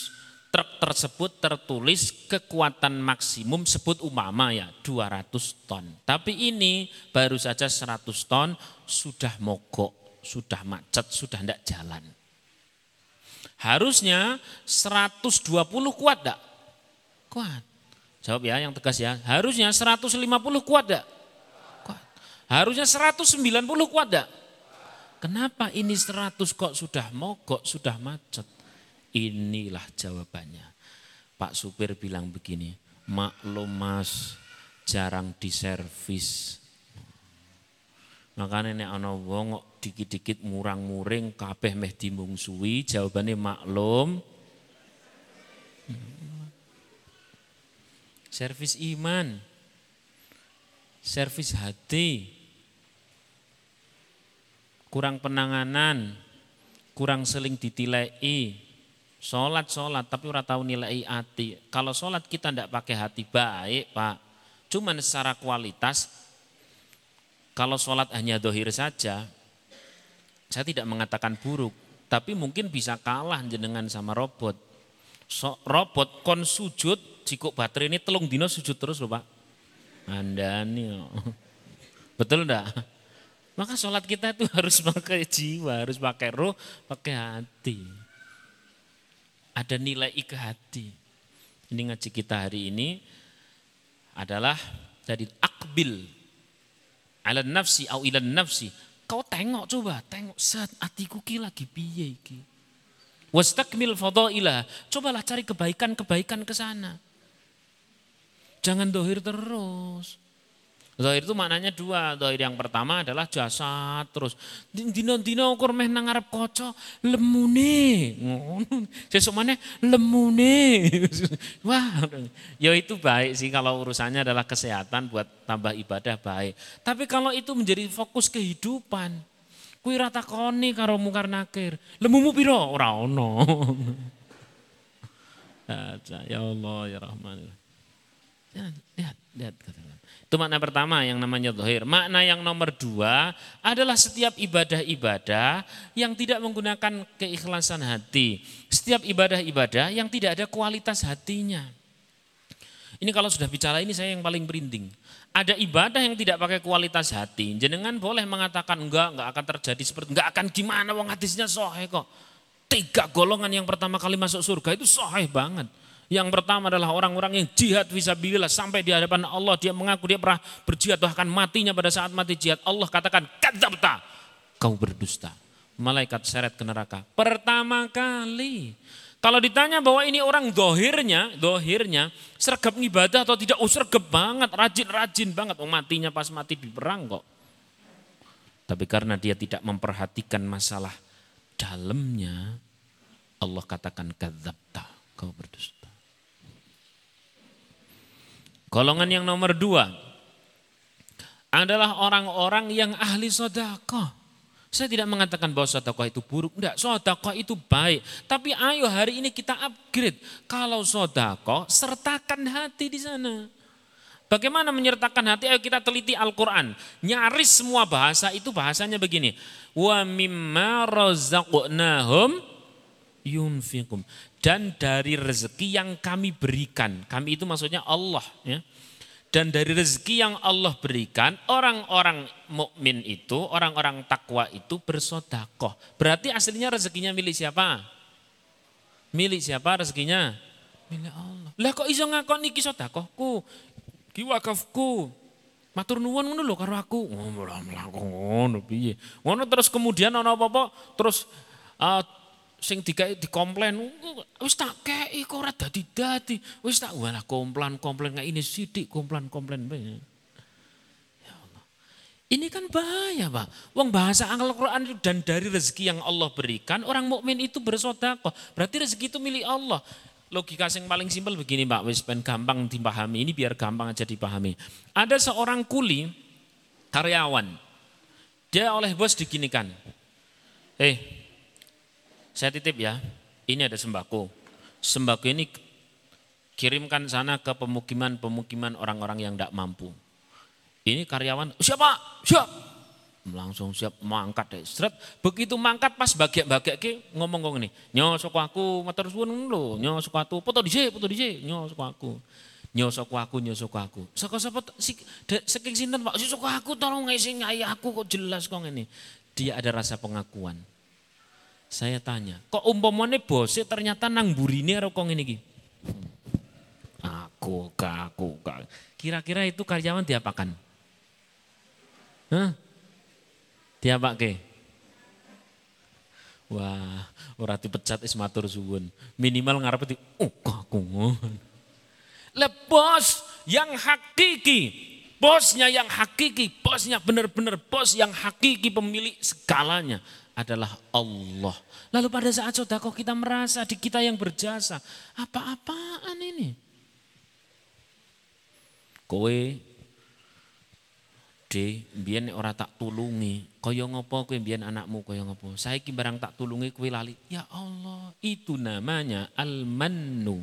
Truk tersebut tertulis kekuatan maksimum sebut umama ya dua ratus ton. Tapi ini baru saja seratus ton sudah mogok, sudah macet, sudah tidak jalan. Harusnya seratus dua puluh kuat enggak? Kuat. Jawab ya yang tegas ya. Harusnya seratus lima puluh kuat enggak? Kuat. Harusnya seratus sembilan puluh kuat enggak? Kenapa ini seratus kok sudah mogok, sudah macet? Inilah jawabannya. Pak supir bilang begini, maklum mas jarang diservis. Makanya nek ana wong kok dikit-dikit murang-muring kabeh meh dimungsuhi, jawabannya maklum. Servis iman, servis hati, kurang penanganan, kurang seling ditilai. Sholat-sholat tapi ora tahu nilai hati. Kalau sholat kita tidak pakai hati baik Pak. Cuman secara kualitas, kalau sholat hanya dohir saja, saya tidak mengatakan buruk. Tapi mungkin bisa kalah jenengan sama robot. So, robot kon sujud, jikuk baterai ini telung dino sujud terus loh Pak. Andani. Betul enggak? Maka sholat kita itu harus pakai jiwa, harus pakai roh, pakai hati. Ada nilai ke hati. Ini ngaji kita hari ini adalah dari akbil ala nafsi au ilan nafsi. Kau tengok coba, tengok set hatiku ki lagi piye iki. Wastakmil fadailah. Cobalah cari kebaikan-kebaikan ke sana. Jangan dohir terus. Dohir itu maknanya dua. Dohir yang pertama adalah jasad terus. Dino-dino ukur meh nang ngarep kaca lemune. Sesuk maneh lemune. Wah, ya itu baik sih kalau urusannya adalah kesehatan buat tambah ibadah baik. Tapi kalau itu menjadi fokus kehidupan, kuwi ra takoni karo mungkar nakir. Lemumu piro? Ora ono. Ya Allah ya Rahman. Lihat, lihat kata. Itu makna pertama yang namanya zahir. Makna yang nomor dua adalah setiap ibadah-ibadah yang tidak menggunakan keikhlasan hati. Setiap ibadah-ibadah yang tidak ada kualitas hatinya. Ini kalau sudah bicara ini saya yang paling berinding. Ada ibadah yang tidak pakai kualitas hati. Jenengan boleh mengatakan enggak, enggak akan terjadi seperti, enggak akan gimana wong hadisnya sahih kok. Tiga golongan yang pertama kali masuk surga itu sahih banget. Yang pertama adalah orang-orang yang jihad fisabilillah sampai di hadapan Allah. Dia mengaku dia pernah berjihad bahkan matinya pada saat mati jihad. Allah katakan kadzabta, kau berdusta. Malaikat seret ke neraka. Pertama kali. Kalau ditanya bahwa ini orang dohirnya, dohirnya sergap ibadah atau tidak, oh sergap banget, rajin-rajin banget. Oh matinya pas mati di perang kok. Tapi karena dia tidak memperhatikan masalah dalamnya, Allah katakan kadzabta, kau berdusta. Golongan yang nomor dua adalah orang-orang yang ahli sedekah. Saya tidak mengatakan bahwa sedekah itu buruk, enggak, sedekah itu baik. Tapi ayo hari ini kita upgrade. Kalau sedekah, sertakan hati di sana. Bagaimana menyertakan hati? Ayo kita teliti Al-Quran. Nyaris semua bahasa itu bahasanya begini. Wa mimma razaqnahum yunfiqum. Dan dari rezeki yang kami berikan. Kami itu maksudnya Allah. Ya. Dan dari rezeki yang Allah berikan, orang-orang mukmin itu, orang-orang takwa itu bersedekah. Berarti aslinya rezekinya milik siapa? Milik siapa rezekinya? Milik Allah. Lah kok iso ngakoni iki sedekahku? Ki wakafku. Matur nuwun ngono lho karo aku. Ora mlaku ngono piye. Ngono terus kemudian ana apa-apa terus uh, sing dikai dikomplain, wis tak kei kok ora dadi-dadi. Wis tak walah komplan-komplan kayak ini sidik komplan-komplan bae. Ya Allah. Ini kan bahaya, Pak. Wong bahasa Al-Qur'an itu dan dari rezeki yang Allah berikan, orang mukmin itu bersedekah. Berarti rezeki itu milik Allah. Logika yang paling simpel begini, Pak, wis ben gampang dipahami. Ini biar gampang aja dipahami. Ada seorang kuli karyawan. Dia oleh bos diginikan. Eh, saya titip ya, ini ada sembako. Sembako ini kirimkan sana ke pemukiman-pemukiman orang-orang yang tidak mampu. Ini karyawan, siapa? Siap. langsung siap mangkat deh. Seret, begitu mangkat pas bagiak-bagiak ke ngomong ngomong ini, nyo soko aku matur suwun lho, nyo soko aku, foto dhisik, foto dhisik, nyo soko aku. Nyo soko aku, nyo soko aku. Saka sapa si, saking sinten Pak? Soko aku tolong ngisi ayah aku kok jelas kok ngene. Dia ada rasa pengakuan. Saya tanya, kok umpamane bose ternyata nang burine karo kok ngene iki. Aku, aku, aku. Kira-kira itu karyawan diapakan? Hah? Diapake? Wah, ora dipecat is matur suwun. Minimal ngarepe di oh aku ngono. Le bos yang hakiki, bosnya yang hakiki, bosnya benar-benar bos yang hakiki pemilik segalanya adalah Allah. Lalu pada saat sedekah kita merasa di kita yang berjasa, apa-apaan ini? Kowe de mbiyen ora tak tulungi, kaya ngopo kowe mbiyen anakmu kaya ngopo. Saiki barang tak tulungi kowe lali. Ya Allah, itu namanya al-mannu.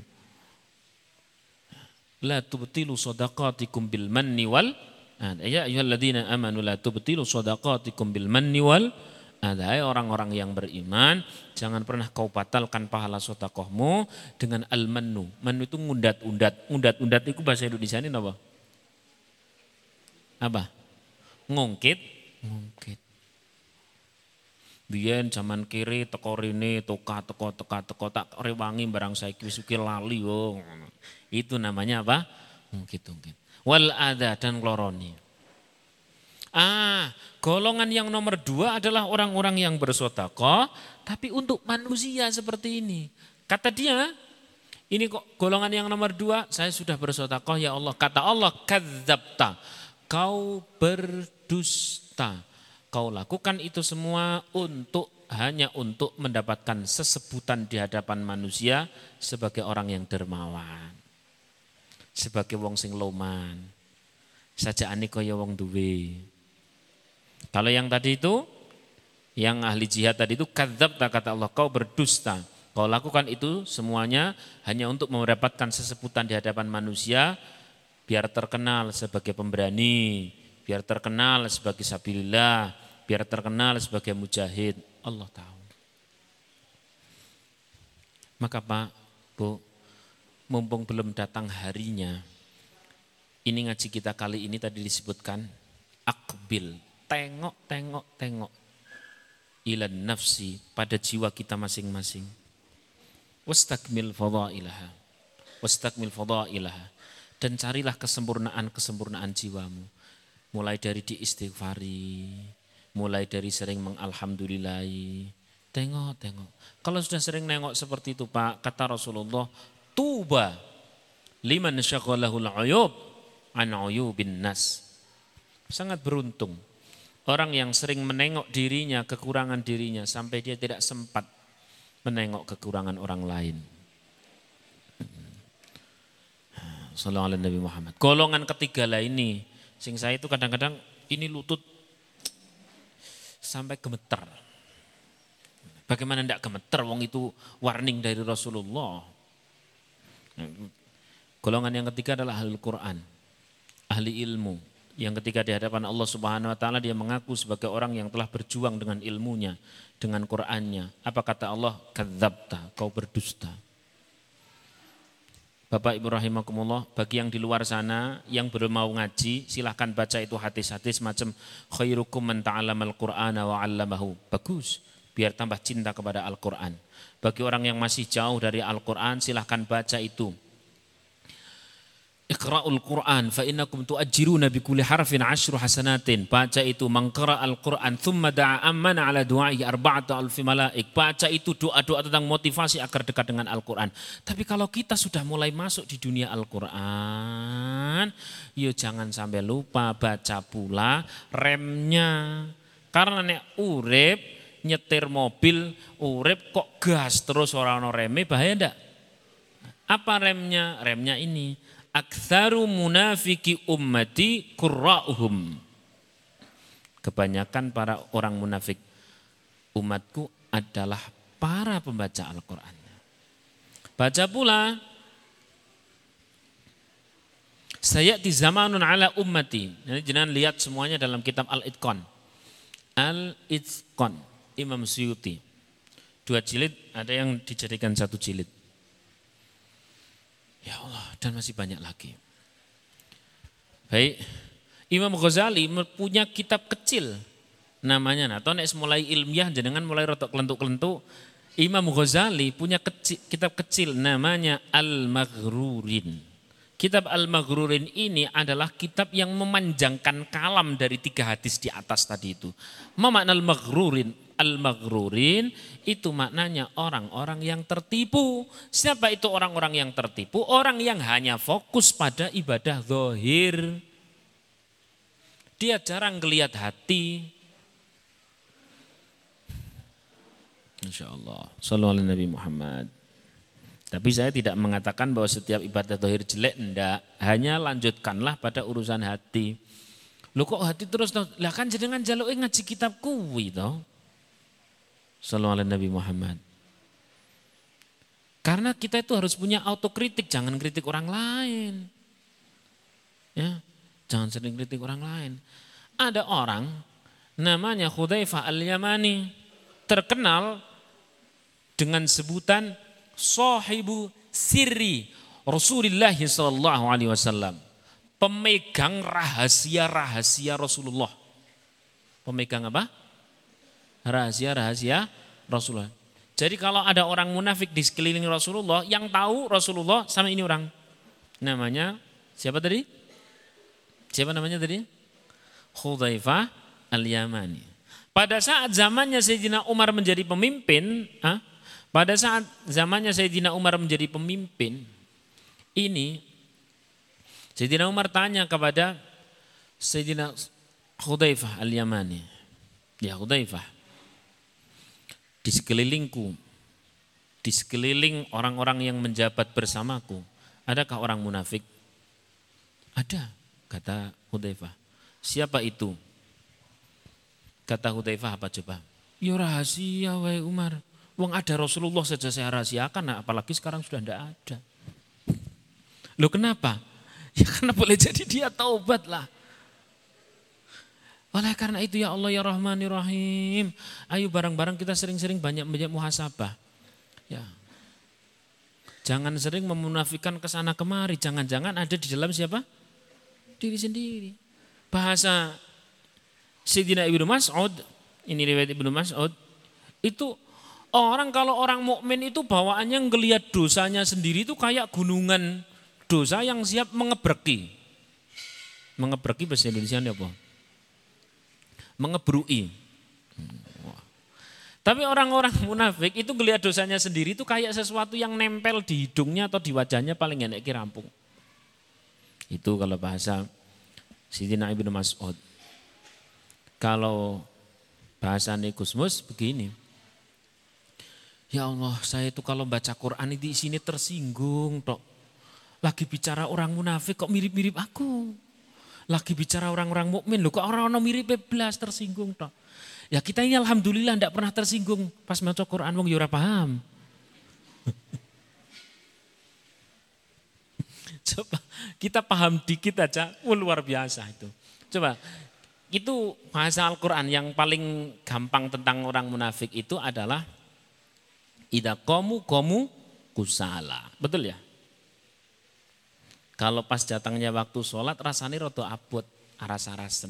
La tubtilu shadaqatikum bil manni wal ya ayyuhalladzina amanu la tubtilu shadaqatikum bil manni wal ada orang-orang yang beriman, jangan pernah kau batalkan pahala sedekahmu dengan al-mannu. Mannu itu ngundat-undat. Ngundat-undat itu bahasa Indonesia ini apa? Apa? Ngungkit, ngungkit. Biyen zaman kiri teko rene, toka teko teka teko tak rewangi barang saiki wis lali yo. Itu namanya apa? Ngungkit-ngungkit. Wal ada dan kloroni. Ah, golongan yang nomor dua adalah orang-orang yang bersedekah tapi untuk manusia seperti ini. Kata dia, ini kok golongan yang nomor dua, saya sudah bersedekah ya Allah. Kata Allah, kadzabta. Kau berdusta. Kau lakukan itu semua untuk hanya untuk mendapatkan sesebutan di hadapan manusia sebagai orang yang dermawan. Sebagai wong sing loman. Sajaane kaya wong duwe. Kalau yang tadi itu, yang ahli jihad tadi itu kadzabta kata Allah, kau berdusta. Kau lakukan itu semuanya hanya untuk mendapatkan sesebutan di hadapan manusia biar terkenal sebagai pemberani, biar terkenal sebagai sabilillah, biar terkenal sebagai mujahid. Allah tahu. Maka Pak, Bu, mumpung belum datang harinya, ini ngaji kita kali ini tadi disebutkan, akbil, tengok, tengok, tengok, ilan nafsi, pada jiwa kita masing-masing. Wastakmil fadailaha, wastakmil fadailaha, dan carilah kesempurnaan-kesempurnaan jiwamu. Mulai dari diistighfari, mulai dari sering mengalhamdulillahi. Tengok, tengok. Kalau sudah sering nengok seperti itu Pak, kata Rasulullah, tuba liman syaghalahul uyub an uyubin nas. Sangat beruntung orang yang sering menengok dirinya, kekurangan dirinya sampai dia tidak sempat menengok kekurangan orang lain. Sallallahu alaihi Nabi Muhammad. Golongan ketiga lah ini, sing saya itu kadang-kadang ini lutut sampai gemeter. Bagaimana tidak gemeter, wong itu warning dari Rasulullah. Golongan yang ketiga adalah ahli Quran, ahli ilmu. Yang ketiga di hadapan Allah Subhanahu Wa Taala dia mengaku sebagai orang yang telah berjuang dengan ilmunya, dengan Qurannya. Apa kata Allah? Kadzabta, kau berdusta. Bapak Ibu rahimakumullah, bagi yang di luar sana yang belum mau ngaji, silahkan baca itu hadis-hadis macam khairukum man ta'allamal Qur'ana wa 'allamahu. Bagus, biar tambah cinta kepada Al-Qur'an. Bagi orang yang masih jauh dari Al-Qur'an, silahkan baca itu. Iqra'ul Qur'an fa innakum tu'ajjiruna bi kulli harfin asyru hasanatin. Baca itu, man qara'al Qur'an thumma da'a amana 'ala du'a'i arba'atu alfi malaik. Baca itu doa-doa tentang motivasi agar dekat dengan Al-Qur'an. Tapi kalau kita sudah mulai masuk di dunia Al-Qur'an, yo jangan sampai lupa baca pula remnya. Karena nek urip nyetir mobil, urip kok gas terus ora ono reme, bahaya ndak? Apa remnya? Remnya ini. Aktsaru munafiki ummati qurra'uhum. Kebanyakan para orang munafik umatku adalah para pembaca Al-Qur'an. Baca pula sayati zamanun ala ummati. Jadi jangan lihat semuanya dalam kitab Al-Itqan. Al-Itqan, Imam Suyuti. Dua jilid, ada yang dijadikan satu jilid. Ya Allah, dan masih banyak lagi. Baik, Imam Ghazali punya kitab kecil namanya, nah, atau nek mulai ilmiah jenengan mulai rotok kelentuk-kelentuk. Imam Ghazali punya kecil, kitab kecil namanya Al-Maghrurin. Kitab Al-Maghrurin ini adalah kitab yang memanjangkan kalam dari tiga hadis di atas tadi itu. Ma makna Al-Maghrurin? Al-Maghrurin itu maknanya orang-orang yang tertipu. Siapa itu orang-orang yang tertipu? Orang yang hanya fokus pada ibadah zahir. Dia jarang ngelihat hati. Insya Allah. Sallallahu alaihi Nabi Muhammad. Tapi saya tidak mengatakan bahwa setiap ibadah zahir jelek, enggak. Hanya lanjutkanlah pada urusan hati. Loh kok hati terus? Lah kan jenengan jaluke ngaji kitab kuwi toh. Sallallahu alaihi Nabi Muhammad. Karena kita itu harus punya autokritik, jangan kritik orang lain. Ya, jangan sering kritik orang lain. Ada orang namanya Hudzaifah Al-Yamani, terkenal dengan sebutan sahibu sirri Rasulullah sallallahu alaihi wasallam. Pemegang rahasia-rahasia Rasulullah. Pemegang apa? Rahasia-rahasia Rasulullah. Jadi kalau ada orang munafik di sekeliling Rasulullah, yang tahu Rasulullah sama ini orang. Namanya siapa tadi? Siapa namanya tadi? Hudzaifah Al-Yamani. Pada saat zamannya Sayyidina Umar menjadi pemimpin, ah, pada saat zamannya Sayyidina Umar menjadi pemimpin, ini Sayyidina Umar tanya kepada Sayyidina Hudzaifah Al-Yamani. Ya Hudzaifah, di sekelilingku, di sekeliling orang-orang yang menjabat bersamaku, adakah orang munafik? Ada, kata Hudzaifah. Siapa itu? Kata Hudzaifah apa coba? Ya rahasia wahai Umar. Wong ada Rasulullah saja saya rahasiakan, apalagi sekarang sudah tidak ada. Loh kenapa? Ya karena boleh jadi dia taubat lah. Oleh karena itu ya Allah ya Rahman ya Rahim, ayo bareng-bareng kita sering-sering banyak-banyak muhasabah. Ya. Jangan sering memunafikan ke sana kemari, jangan-jangan ada di dalam siapa? Diri sendiri. Bahasa Sayyidina Ibnu Mas'ud, ini riwayat Ibnu Mas'ud, itu orang kalau orang mukmin itu bawaannya ngelihat dosanya sendiri itu kayak gunungan dosa yang siap mengebreki. Mengebreki bahasa Indonesia apa? Mengebrui. Tapi orang-orang munafik itu ngelihat dosanya sendiri itu kayak sesuatu yang nempel di hidungnya atau di wajahnya paling enak rampung. Itu kalau bahasa Sayyidina Ibnu Mas'ud. Kalau bahasa Gusmus begini. Ya Allah, saya itu kalau baca Quran di sini tersinggung tok. Lagi bicara orang munafik kok mirip-mirip aku. Lagi bicara orang-orang mukmin loh kok orang-orang mirip belas tersinggung toh. Ya kita ini alhamdulillah tidak pernah tersinggung pas maca Quran wong yo ora paham. Coba kita paham dikit aja, oh, luar biasa itu. Coba itu bahasa Al-Quran yang paling gampang tentang orang munafik itu adalah idza qamu qamu kusala. Betul ya? Kalau pas datangnya waktu sholat rasanya rada abot, aras-arasen.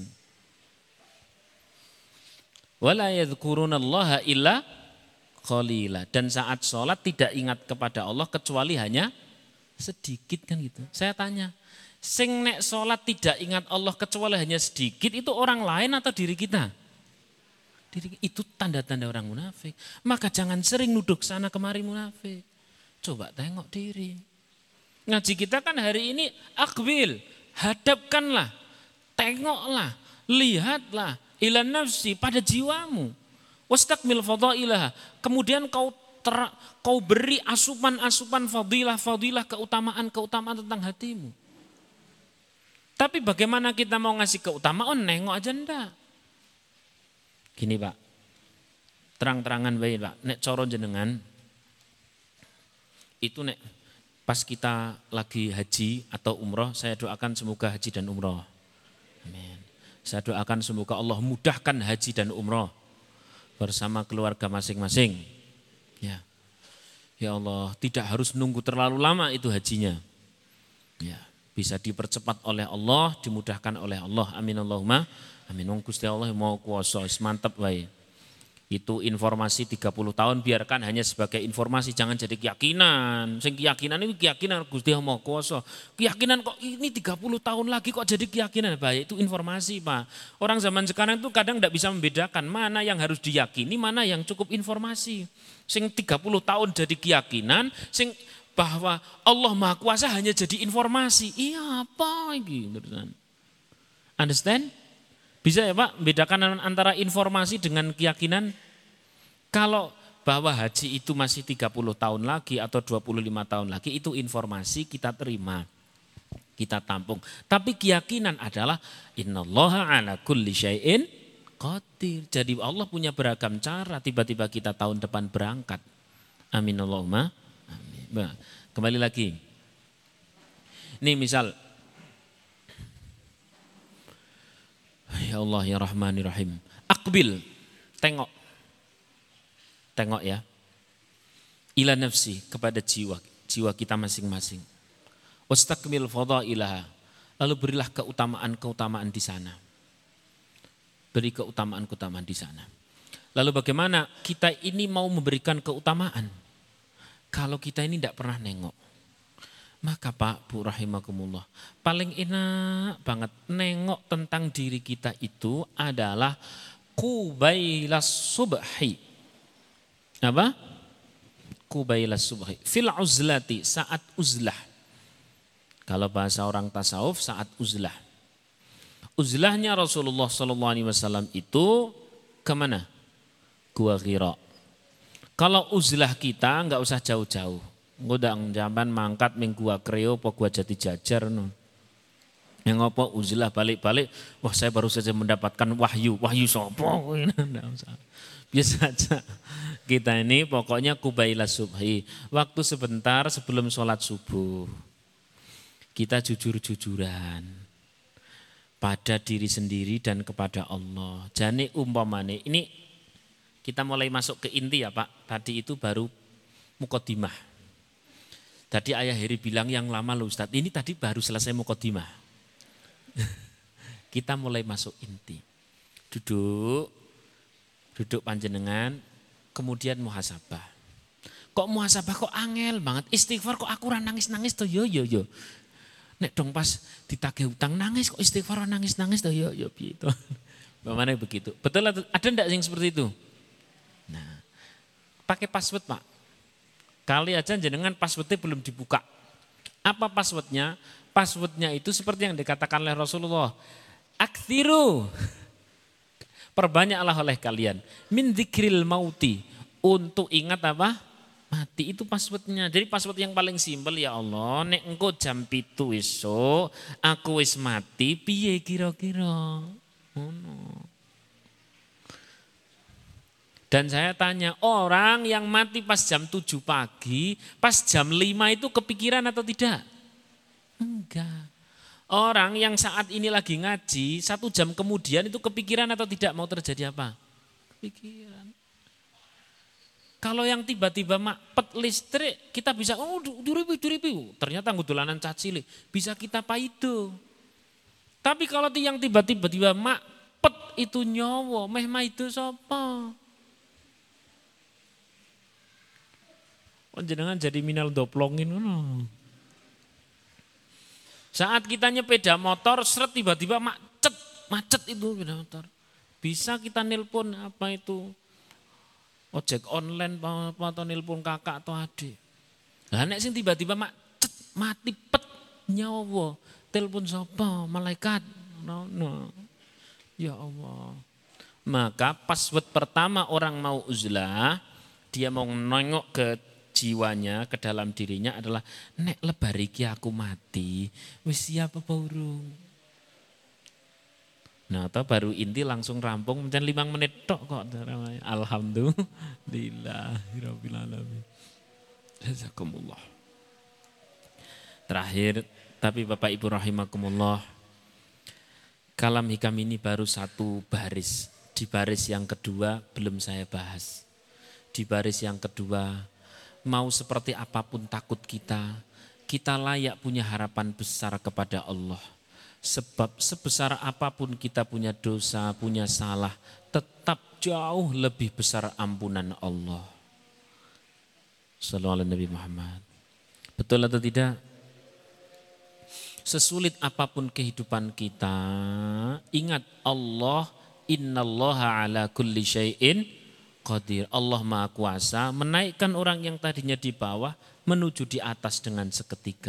Wala yadhkurunallaha illa qalila. Dan saat sholat tidak ingat kepada Allah kecuali hanya sedikit kan gitu. Saya tanya, sing nek sholat tidak ingat Allah kecuali hanya sedikit itu orang lain atau diri kita? Diri, itu tanda-tanda orang munafik. Maka jangan sering nuduh sana kemari munafik. Coba tengok diri. Ngaji kita kan hari ini akbil, hadapkanlah, tengoklah, lihatlah ila nafsi pada jiwamu. Wastakmil fadailah. Kemudian kau ter, kau beri asupan-asupan fadilah-fadilah keutamaan-keutamaan tentang hatimu. Tapi bagaimana kita mau ngasih keutamaan nengok aja ndak. Gini Pak, terang-terangan baik Pak, nek coro jenengan itu nek pas kita lagi haji atau umroh, saya doakan semoga haji dan umroh. Amin. Saya doakan semoga Allah mudahkan haji dan umroh bersama keluarga masing-masing. Ya. Ya Allah, tidak harus nunggu terlalu lama itu hajinya. Ya, bisa dipercepat oleh Allah, dimudahkan oleh Allah. Amin Allahumma. Amin. Wong Gusti Allah mau kuasa, mantap wae. Itu informasi tiga puluh tahun biarkan hanya sebagai informasi, jangan jadi keyakinan. Sing keyakinan ini keyakinan Gusti Allah mau kuasa. Keyakinan kok ini tiga puluh tahun lagi kok jadi keyakinan, bahaya. Itu informasi, Pak. Orang zaman sekarang itu kadang tidak bisa membedakan mana yang harus diyakini, mana yang cukup informasi. Sing tiga puluh tahun jadi keyakinan, sing bahwa Allah Maha Kuasa hanya jadi informasi. Iya apa ini? Understand? Bisa ya Pak membedakan antara informasi dengan keyakinan? Kalau bahwa haji itu masih tiga puluh tahun lagi atau dua puluh lima tahun lagi, itu informasi kita terima, kita tampung. Tapi keyakinan adalah innallaha ala kulli syai'in qadir. Jadi Allah punya beragam cara, tiba-tiba kita tahun depan berangkat. Amin Allahumma. Amin. Bah, kembali lagi. Ini misal, ya Allah ya Rahman ya Rahim. Akbil, tengok. Tengok ya. Ila nafsi, kepada jiwa, jiwa kita masing-masing. Wastakmil fadailaha. Lalu berilah keutamaan-keutamaan di sana. Beri keutamaan-keutamaan di sana. Lalu bagaimana kita ini mau memberikan keutamaan? Kalau kita ini tidak pernah nengok. Maka Pak, Bu rahimakumullah, paling enak banget nengok tentang diri kita itu adalah qubailas subhi. Apa? Qubailas subhi. Fil uzlati, saat uzlah. Kalau bahasa orang tasawuf, saat uzlah. Uzlahnya Rasulullah shallallahu alaihi wasallam itu kemana? Gua Hira. Kalau uzlah kita enggak usah jauh-jauh. Ngudang zaman mangkat ming gua Kreo apa gua Jati Jajar no. Yang apa uzlah balik-balik, wah saya baru saja mendapatkan wahyu. Wahyu sapa kowe? Biasa aja. Kita ini pokoknya qubailas subhi. Waktu sebentar sebelum sholat subuh. Kita jujur-jujuran pada diri sendiri dan kepada Allah. Jane umpamane ini kita mulai masuk ke inti ya Pak. Tadi itu baru mukodimah. Tadi Ayah Heri bilang yang lama loh Ustadz. Ini tadi baru selesai mukodimah. Kita mulai masuk inti. Duduk, duduk panjenengan, kemudian muhasabah. Kok muhasabah kok angel banget? Istighfar kok aku ora nangis-nangis tuh yo yo yo. Nek dong pas ditagih utang nangis kok istighfar nangis-nangis tuh yo yo piye to. Bagaimana begitu? Betul ada enggak yang seperti itu? Nah, pakai password Pak. Kali aja jenengan passwordnya belum dibuka. Apa passwordnya? Passwordnya itu seperti yang dikatakan oleh Rasulullah. Aktsiru. Perbanyaklah oleh kalian. Min dzikril mauti. Untuk ingat apa? Mati itu passwordnya. Jadi password yang paling simpel ya Allah. Nek engko jam pitu esuk aku wis mati piye kira-kira? Oh no. Dan saya tanya, orang yang mati pas jam tujuh pagi, pas jam lima itu kepikiran atau tidak? Enggak. Orang yang saat ini lagi ngaji, satu jam kemudian itu kepikiran atau tidak mau terjadi apa? Kepikiran. Kalau yang tiba-tiba pet listrik, kita bisa, oh duripi, duripi. Ternyata ngudulanan cacili, bisa kita paido. Tapi kalau yang tiba-tiba tiba mak pet itu nyowo, meh ma itu sapa? Jenengan jadi minal doplongin ngono. Saat kita nyepeda motor, seret tiba-tiba macet, macet itu sepeda motor. Bisa kita nelpon apa itu ojek online atau nelpon kakak atau adik. Lah nek sing tiba-tiba macet, mati pet nyawa, telepon sapa? Malaikat. No, no. Ya Allah. Maka password pertama orang mau uzlah, dia mau nengok ke jiwanya, ke dalam dirinya adalah nek lebar iki aku mati, wis siap apa urung? Nah, atau baru inti langsung rampung mencen limang menit tok kok. Alhamdulillah alamin. Jazakumullah. Terakhir, tapi Bapak Ibu rahimakumullah, Kalam hikam ini baru satu baris. Di baris yang kedua belum saya bahas. Di baris yang kedua, mau seperti apapun takut kita, kita layak punya harapan besar kepada Allah. Sebab sebesar apapun kita punya dosa, punya salah, tetap jauh lebih besar ampunan Allah. Sallallahu alaihi Nabi Muhammad. Betul atau tidak? Sesulit apapun kehidupan kita, ingat Allah, innallaha ala kulli syai'in qadir. Allah Maha Kuasa menaikkan orang yang tadinya di bawah menuju di atas dengan seketika.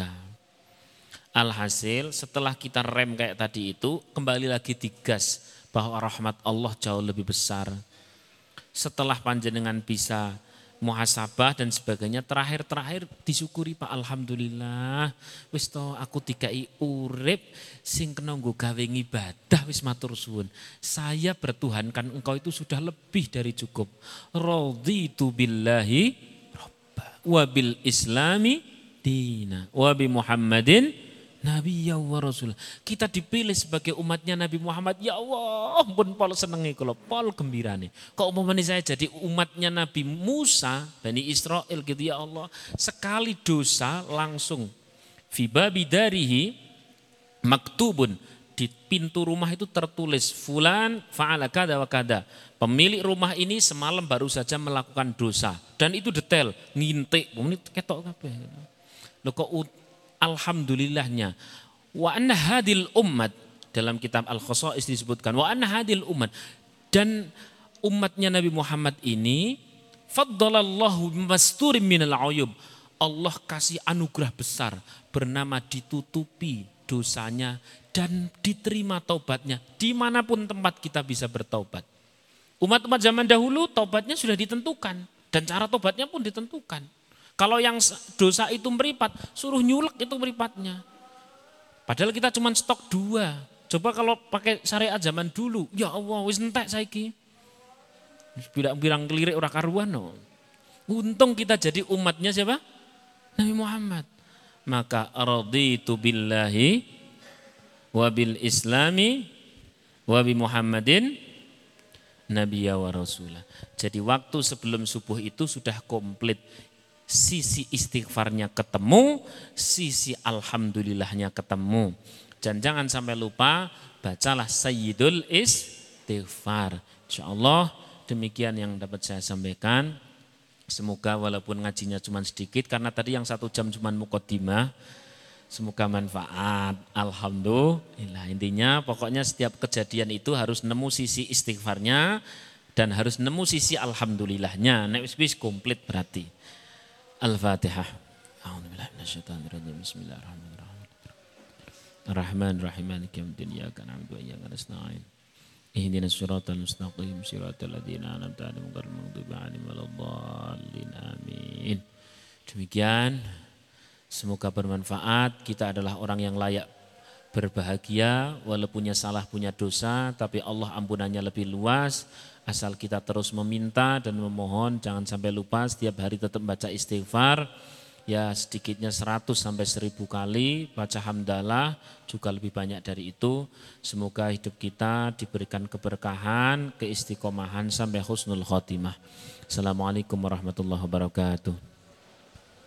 Alhasil setelah kita rem kayak tadi itu, kembali lagi digas bahwa rahmat Allah jauh lebih besar. Setelah panjenengan bisa muhasabah dan sebagainya, terakhir-terakhir disyukuri Pak, alhamdulillah wis to aku dikai urip sing kena nggo gawe ibadah, wis matur suwun. Saya bertuhankan engkau itu sudah lebih dari cukup. Raditu billahi robba wa bil islami dina wa bi Muhammadin Nabi ya wa Rasul. Kita dipilih sebagai umatnya Nabi Muhammad. Ya Allah, ampun pol senengi kula, pol gembirane. Kok umpamane saya jadi umatnya Nabi Musa, Bani Israel gitu ya Allah. Sekali dosa langsung fi babidarihi maktubun, di pintu rumah itu tertulis fulan fa'ala kada wa kada. Pemilik rumah ini semalam baru saja melakukan dosa dan itu detail, ngintik, ini ketok kabeh. Lho kok alhamdulillahnya, wa anna hadil ummat, dalam kitab Al-Khosais disebutkan, wa anna hadil ummat, dan umatnya Nabi Muhammad ini, faddalallahu masturim minal uyub, Allah kasih anugerah besar, bernama ditutupi dosanya dan diterima taubatnya, dimanapun tempat kita bisa bertaubat. Umat-umat zaman dahulu taubatnya sudah ditentukan, dan cara taubatnya pun ditentukan. Kalau yang dosa itu meripat, suruh nyulek itu meripatnya. Padahal kita cuma stok dua. Coba kalau pakai syariat zaman dulu, ya Allah wis entek saiki. Bilang-bilang kelirik ora karuan no. Untung kita jadi umatnya siapa? Nabi Muhammad. Maka raditu billahi wa bil islami wa bi Muhammadin nabiyya wa rasulah. Jadi waktu sebelum subuh itu sudah komplit. Sisi istighfarnya ketemu, sisi alhamdulillahnya ketemu. Dan jangan sampai lupa, bacalah Sayyidul Istighfar. InsyaAllah demikian yang dapat saya sampaikan. Semoga walaupun ngajinya cuma sedikit, karena tadi yang satu jam cuma muqaddimah, semoga manfaat. Alhamdulillah. Intinya pokoknya setiap kejadian itu harus nemu sisi istighfarnya dan harus nemu sisi alhamdulillahnya. Nek wis komplit berarti. Al-Fatihah. A'udzubillahi minasyaitonirrajim. Bismillahirrahmanirrahim. Ar-Rahmanir-Rahim. Maliki yaumiddin. Iyyaka na'budu wa iyyaka nasta'in. Ihdinas siratal mustaqim. Siratal ladzina an'amta 'alaihim ghairil maghdubi 'alaihim waladdallin. Amin. Demikian, semoga bermanfaat. Kita adalah orang yang layak berbahagia, walaupun punya salah, punya dosa, tapi Allah ampunannya lebih luas. Asal kita terus meminta dan memohon, jangan sampai lupa setiap hari tetap baca istighfar. Ya sedikitnya seratus sampai seribu kali, baca hamdalah juga lebih banyak dari itu. Semoga hidup kita diberikan keberkahan, keistiqomahan sampai husnul khotimah. Assalamualaikum warahmatullahi wabarakatuh.